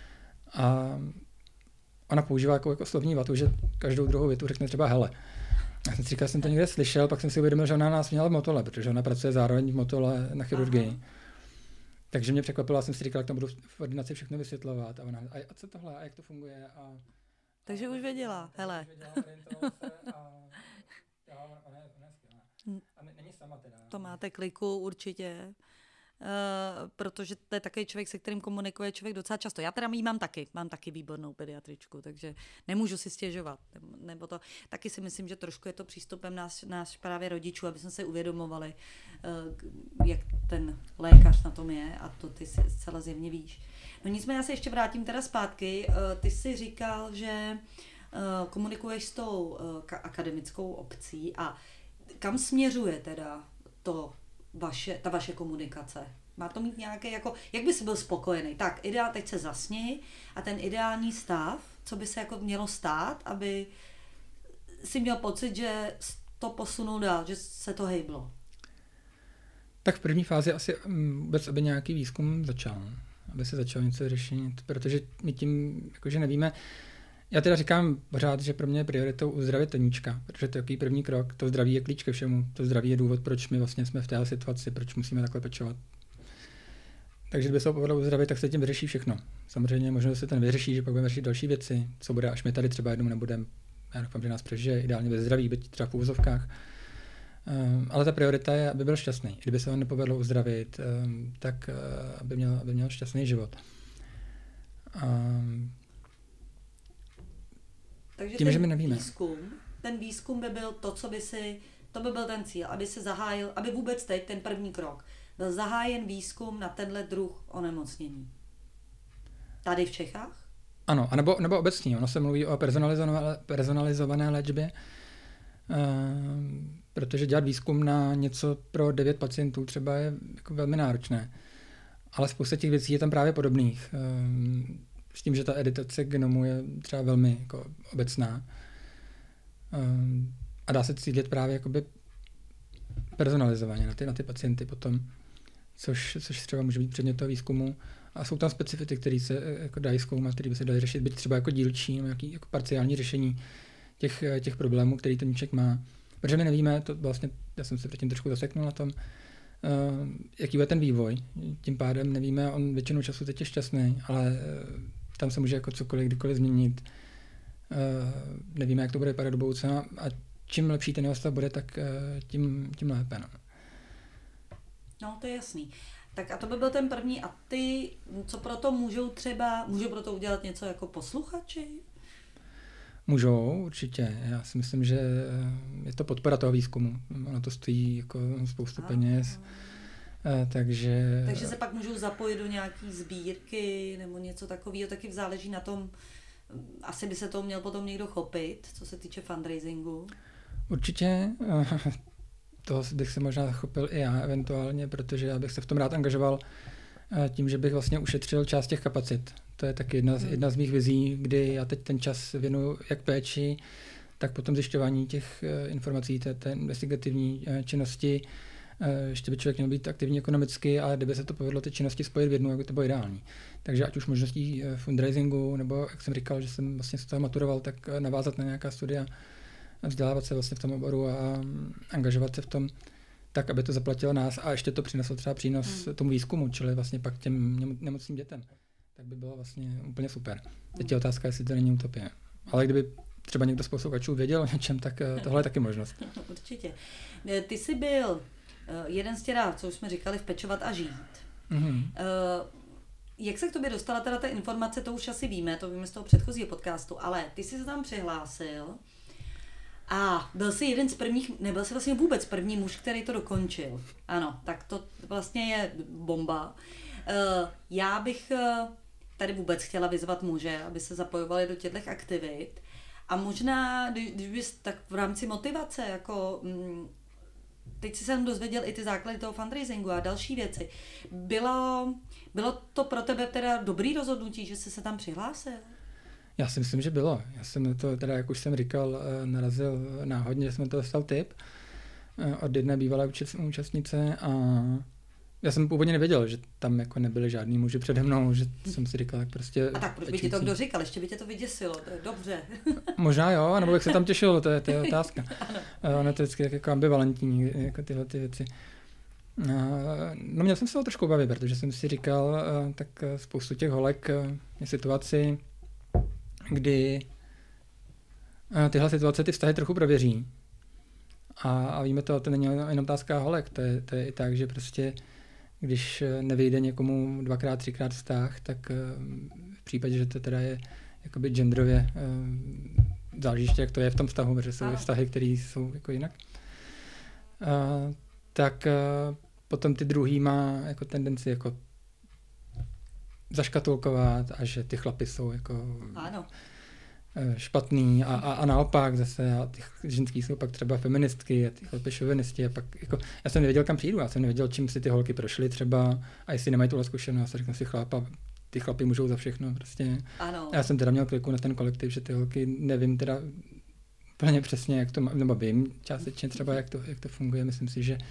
A ona používá jako, jako slovní vatu, že každou druhou větu řekne třeba hele. Já jsem si říkal, jsem to někde slyšel, pak jsem si uvědomil, že ona nás měla v Motole, protože ona pracuje zároveň v Motole na chirurgii. Aha. Takže mě překvapilo, jsem si říkal, jak tam budu v ordinaci všechno vysvětlovat. A ona, a, a co tohle, a jak to funguje? A, takže a, už věděla, hele. Už věděla, se a, já, ona je, ona je skvělá. A není sama teda. To máte kliku určitě. Uh, protože to je takový člověk, se kterým komunikuje člověk docela často. Já teda jí mám taky, mám taky výbornou pediatričku, takže nemůžu si stěžovat. Nebo to, taky si myslím, že trošku je to přístupem nás, nás právě rodičů, aby jsme se uvědomovali, uh, jak ten lékař na tom je a to ty si zcela zjevně víš. No nicméně já se ještě vrátím teda zpátky. Uh, ty jsi říkal, že uh, komunikuješ s tou uh, akademickou obcí a kam směřuje teda to Vaše, ta vaše komunikace? Má to mít nějaké, jako, jak by si byl spokojený? Tak, ideál, teď se zasni a ten ideální stav, co by se jako mělo stát, aby si měl pocit, že to posunul dál, že se to hejblo? Tak v první fázi asi vůbec, aby nějaký výzkum začal, aby se začal něco řešit, protože my tím jakože nevíme. Já teda říkám pořád, že pro mě je prioritou uzdravit Toníčka, protože to je takový první krok, to zdraví je klíč ke všemu, to zdraví je důvod, proč my vlastně jsme v téhle situaci, proč musíme takhle pečovat. Takže kdyby se ho povedlo uzdravit, tak se tím vyřeší všechno. Samozřejmě možná se ten vyřeší, že pak budeme řešit další věci, co bude, až my tady třeba jednou nebudeme. Já doufám, že nás přežije, ideálně ve zdraví, byť třeba v úvozovkách. Um, ale ta priorita je, aby byl šťastný. Kdyby se ho nepovedlo uzdravit, um, tak uh, aby, měl, aby měl šťastný život. Um, Takže tím, ten že my nevíme. Výzkum, ten výzkum by byl to, co by si, to by byl ten cíl, aby se zahájil, aby vůbec teď ten první krok byl zahájen výzkum na tenhle druh onemocnění. Tady v Čechách? Ano, anebo, nebo obecně. Ono se mluví o personalizované, personalizované léčbě, uh, protože dělat výzkum na něco pro devět pacientů třeba je jako velmi náročné. Ale spousta těch věcí je tam právě podobných. Uh, S tím, že ta editace genomu je třeba velmi jako obecná. Um, a dá se cílit právě jakoby personalizovaně na ty, na ty pacienty potom, což, což třeba může být předmět toho výzkumu. A jsou tam specifity, které se jako dají zkoumat, které by se daly řešit, byť třeba jako dílčí, nějaký jako parciální řešení těch, těch problémů, který Toníček má. Protože my nevíme, to vlastně, já jsem se předtím trošku zaseknul na tom, uh, jaký bude ten vývoj. Tím pádem nevíme, on většinou času teď je šťastný, ale uh, tam se může jako cokoliv, kdykoliv změnit. Uh, nevíme, jak to bude vypadat do budoucna a čím lepší ten jeho stav bude, tak uh, tím, tím lépe. No. no, to je jasný. Tak a to by byl ten první. A ty, co pro to můžou třeba, můžou pro to udělat něco jako posluchači? Můžou, určitě. Já si myslím, že je to podpora toho výzkumu. Ono to stojí jako spoustu a, peněz. A, takže... takže se pak můžou zapojit do nějaký sbírky nebo něco takového, taky záleží na tom, asi by se toho měl potom někdo chopit, co se týče fundraisingu. Určitě. Toho bych se možná chopil i já eventuálně, protože já bych se v tom rád angažoval tím, že bych vlastně ušetřil část těch kapacit. To je taky jedna, hmm. jedna z mých vizí, kdy já teď ten čas věnuju jak péči, tak potom zjišťování těch informací, té, té investigativní činnosti. Ještě by člověk měl být aktivní ekonomicky, ale kdyby se to povedlo ty činnosti spojit v jednu, jak by to bylo ideální. Takže ať už možností fundraisingu, nebo jak jsem říkal, že jsem vlastně z toho maturoval, tak navázat na nějaká studia, vzdělávat se vlastně v tom oboru a angažovat se v tom, tak, aby to zaplatilo nás a ještě to přineslo třeba přínos hmm. tomu výzkumu, čili vlastně pak těm nemocným dětem. Tak by bylo vlastně úplně super. Teď je otázka, jestli to není utopie. Ale kdyby třeba někdo z posluchačů věděl o něčem, tak tohle je taky možnost. Určitě. Ty jsi byl jeden z těch, co už jsme říkali, v Pečovat a žít. Mm-hmm. jak se k tobě dostala teda ta informace, to už asi víme, to víme z toho předchozího podcastu, ale ty jsi se tam přihlásil a byl jsi jeden z prvních, nebyl jsi vlastně vůbec první muž, který to dokončil. Ano, tak to vlastně je bomba. Já bych tady vůbec chtěla vyzvat muže, aby se zapojovali do těchto aktivit a možná, když bys tak v rámci motivace, jako teď si jsem dozvěděl i ty základy toho fundraisingu a další věci. Bylo, bylo to pro tebe teda dobrý rozhodnutí, že jsi se tam přihlásil? Já si myslím, že bylo. Já jsem to teda, jak už jsem říkal, narazil náhodně, že jsem to dostal tip od jedné bývalé účastnice a já jsem původně nevěděl, že tam jako nebyly žádný muži přede mnou, že jsem si říkal, jak prostě... A tak proč by ti to kdo říkal? Ještě by tě to vyděsilo, to je dobře. Možná jo, nebo bych se tam těšil, to je, to je otázka. Ono to je vždycky jako ambivalentní, jako tyhle ty věci. No měl jsem se o trošku obavy, protože jsem si říkal, tak spoustu těch holek je situaci, kdy tyhle situace ty vztahy trochu prověří. A, a víme to, to není jenom otázka holek, to je, to je i tak, že prostě když nevyjde někomu dvakrát, třikrát vztah, tak v případě, že to teda je jakoby genderově, záleží ještě, jak to je v tom vztahu, protože jsou vztahy, které jsou jako jinak, tak potom ty druhý má jako tendenci jako zaškatulkovat a že ty chlapy jsou jako ano. špatný a, a, a naopak zase a ty ženský jsou pak třeba feministky a ty chlapy šovinisti a pak jako, já jsem nevěděl, kam přijdu, já jsem nevěděl, čím si ty holky prošly třeba a jestli nemají tuhle zkušenost, a řeknu si chlapa, ty chlapy můžou za všechno prostě. Ano. Já jsem teda měl kliku na ten kolektiv, že ty holky nevím teda úplně přesně, jak to má, nebo vím částečně třeba, jak to, jak to funguje, myslím si, že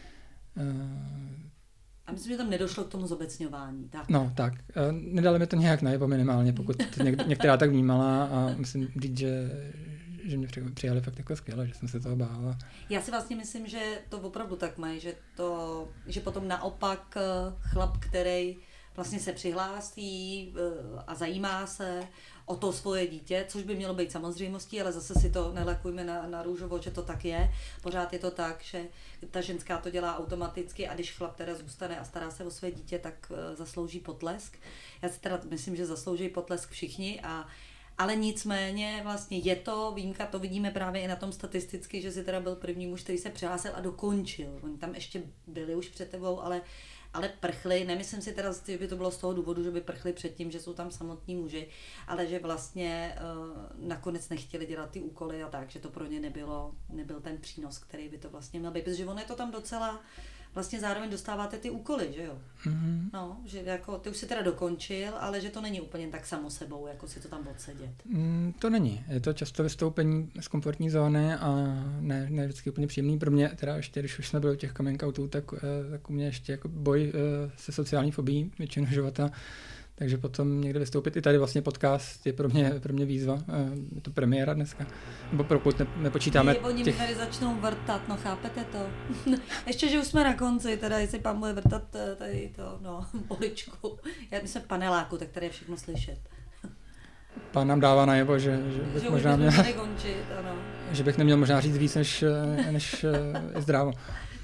uh, a myslím, že tam nedošlo k tomu zobecňování. Tak. No, tak. Nedali mi to nějak najevo minimálně, pokud něk- některá tak vnímala a musím říct, že, že mě přijali fakt jako skvěle, že jsem se toho bála. Já si vlastně myslím, že to opravdu tak mají, že, to, že potom naopak chlap, který vlastně se přihlásí a zajímá se o to svoje dítě, což by mělo být samozřejmostí, ale zase si to nelakujme na, na růžovo, že to tak je. Pořád je to tak, že ta ženská to dělá automaticky a když chlap teda zůstane a stará se o své dítě, tak uh, zaslouží potlesk. Já si teda myslím, že zaslouží potlesk všichni, a, ale nicméně vlastně je to výjimka, to vidíme právě i na tom statisticky, že si teda byl první muž, který se přihlásil a dokončil. Oni tam ještě byli už před tebou, ale ale prchli, nemyslím si teda, že by to bylo z toho důvodu, že by prchli před tím, že jsou tam samotní muži, ale že vlastně uh, nakonec nechtěli dělat ty úkoly a tak, že to pro ně nebylo, nebyl ten přínos, který by to vlastně měl být, protože ono je to tam docela, vlastně zároveň dostáváte ty úkoly, že jo? Mm-hmm. No, že jako, ty už si teda dokončil, ale že to není úplně tak samo sebou, jako si to tam odsedět. Mm, to není, je to často vystoupení z komfortní zóny a ne, ne vždycky úplně příjemný. Pro mě teda ještě, když už jsme byli u těch coming outů, tak, tak u mě ještě jako boj se sociální fobií většinu života. Takže potom někde vystoupit. I tady vlastně podcast je pro mě, pro mě výzva. Je to premiéra dneska. Nebo pokud ne, nepočítáme těch... Oni mi tady začnou vrtat, no chápete to? Ještě, že už jsme na konci, teda jestli pán bude vrtat tady to, no, poličku. Já myslím v paneláku, tak tady je všechno slyšet. Pán nám dává najevo, že, že bych že možná měl, končit, ano. že bych neměl možná říct víc, než, než je zdrávo.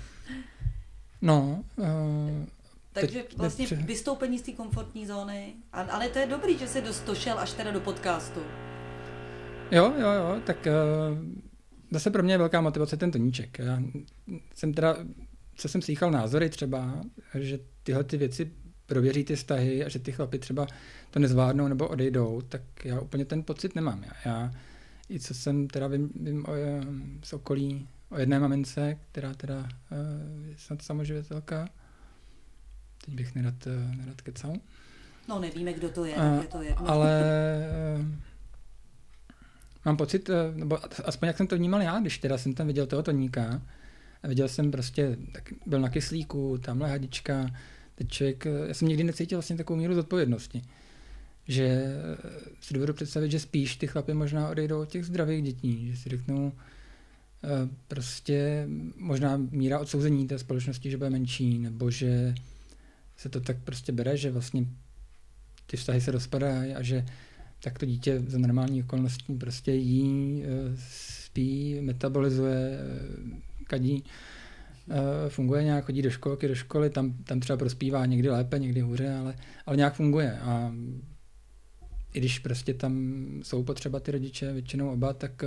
No, uh... Takže vlastně vystoupení z té komfortní zóny, ale to je dobrý, že jsi došel až teda do podcastu. Jo, jo, jo, tak uh, zase pro mě je velká motivace ten Toníček. Já jsem teda, co jsem slýchal názory třeba, že tyhle ty věci prověří ty vztahy a že ty chlapi třeba to nezvládnou nebo odejdou, tak já úplně ten pocit nemám. Já, já i co jsem teda vím, vím o, z okolí o jedné mamince, která teda uh, je snad samoživitelka, teď bych nerad, nerad kecal. No nevíme, kdo to je, tak je to jedno. Ale mám pocit, nebo aspoň jak jsem to vnímal já, když teda jsem tam viděl toho Toníka a viděl jsem prostě, tak byl na kyslíku, tamhle hadička, teď člověk, já jsem nikdy necítil vlastně takovou míru zodpovědnosti, že si dovedu představit, že spíš ty chlapy možná odejdou od těch zdravých dětí, že si řeknou, prostě možná míra odsouzení té společnosti, že bude menší, nebo že se to tak prostě bere, že vlastně ty vztahy se rozpadají a že tak to dítě za normální okolností prostě jí, spí, metabolizuje, kadí funguje nějak, chodí do školky, do školy, tam, tam třeba prospívá někdy lépe, někdy hůře, ale, ale nějak funguje. A i když prostě tam jsou potřeba ty rodiče, většinou oba, tak,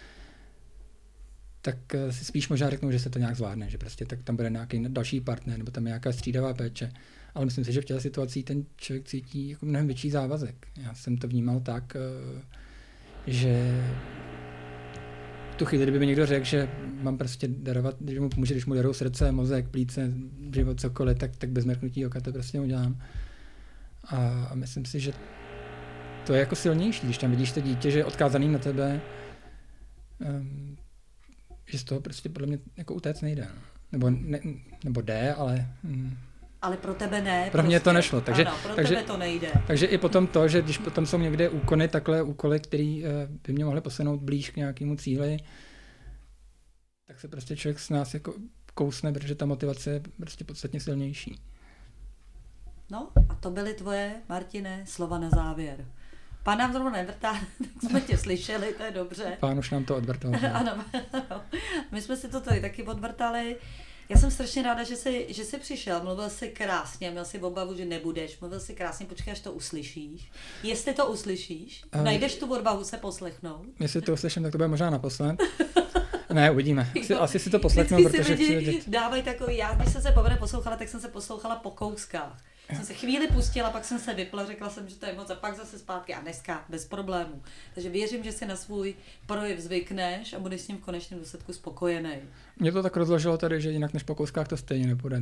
tak si spíš možná řeknou, že se to nějak zvládne, že prostě tak tam bude nějaký další partner, nebo tam je nějaká střídavá péče. Ale myslím si, že v těch situacích ten člověk cítí jako mnohem větší závazek. Já jsem to vnímal tak, že v tu chvíli, kdyby mi někdo řekl, že mám prostě darovat, že mu pomůže, když mu darou srdce, mozek, plíce, život, cokoliv, tak, tak bez mrknutí oka to prostě udělám. A, a myslím si, že to je jako silnější, když tam vidíš to dítě, že je odkázaný na tebe, um, že z toho prostě podle mě jako utéct nejde. Nebo, ne, nebo jde, ale... Um, ale pro tebe ne. Pro prostě. mě to nešlo. Takže, ano, pro takže, tebe to nejde. Takže i potom to, že když potom jsou někde úkony, takhle úkoly, který uh, by mě mohly posunout blíž k nějakému cíli, tak se prostě člověk s nás jako kousne, protože ta motivace je prostě podstatně silnější. No a to byly tvoje, Martine, slova na závěr. Pán nám zrovna nevrtá, tak jsme tě slyšeli, to je dobře. Pán už nám to odvrtal. Ano, ano, my jsme si to tady taky odvrtali. Já jsem strašně ráda, že jsi, že jsi přišel, mluvil jsi krásně, měl jsi obavu, že nebudeš, mluvil jsi krásně, počkej, až to uslyšíš. Jestli to uslyšíš, uh, najdeš tu odvahu se poslechnout. Jestli to uslyším, tak to bude možná naposled. Ne, uvidíme. Asi, asi si to poslechnu, protože si chci vědět. Dávají takový, já když jsem se povede poslouchala, tak jsem se poslouchala po kouskách. Jsem se chvíli pustila, pak jsem se vypla, řekla jsem, že to je moc a pak zase zpátky a dneska bez problémů. Takže věřím, že si na svůj projev zvykneš a budeš s ním v konečném důsledku spokojený. Mě to tak rozložilo tady, že jinak než po kouskách to stejně nepůjde.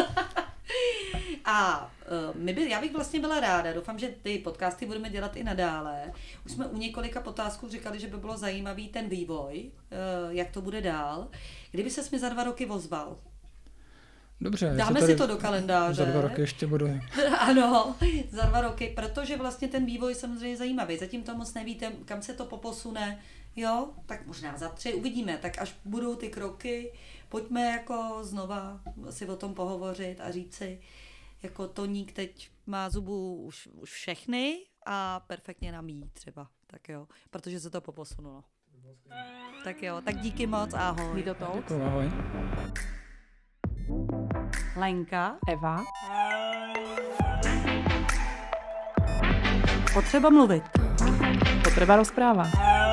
A uh, my by, já bych vlastně byla ráda, doufám, že ty podcasty budeme dělat i nadále. Už jsme u několika otázků říkali, že by bylo zajímavý ten vývoj, uh, jak to bude dál. Kdyby ses mi za dva roky ozval? Dobře. Dáme si to do kalendáře. Za dva roky ještě budu. Ano, za dva roky, protože vlastně ten vývoj je samozřejmě zajímavý. Zatím to moc nevíte, kam se to poposune. Jo, tak možná za tři uvidíme. Tak až budou ty kroky, pojďme jako znova si o tom pohovořit a říct si, jako Toník teď má zubu už, už všechny a perfektně nám jí třeba. Tak jo, protože se to poposunulo. Tak jo, tak díky moc, ahoj. Nido Talks. Děkuju, ahoj. Lenka. Eva. Potřeba mluvit. Potreba rozpráva.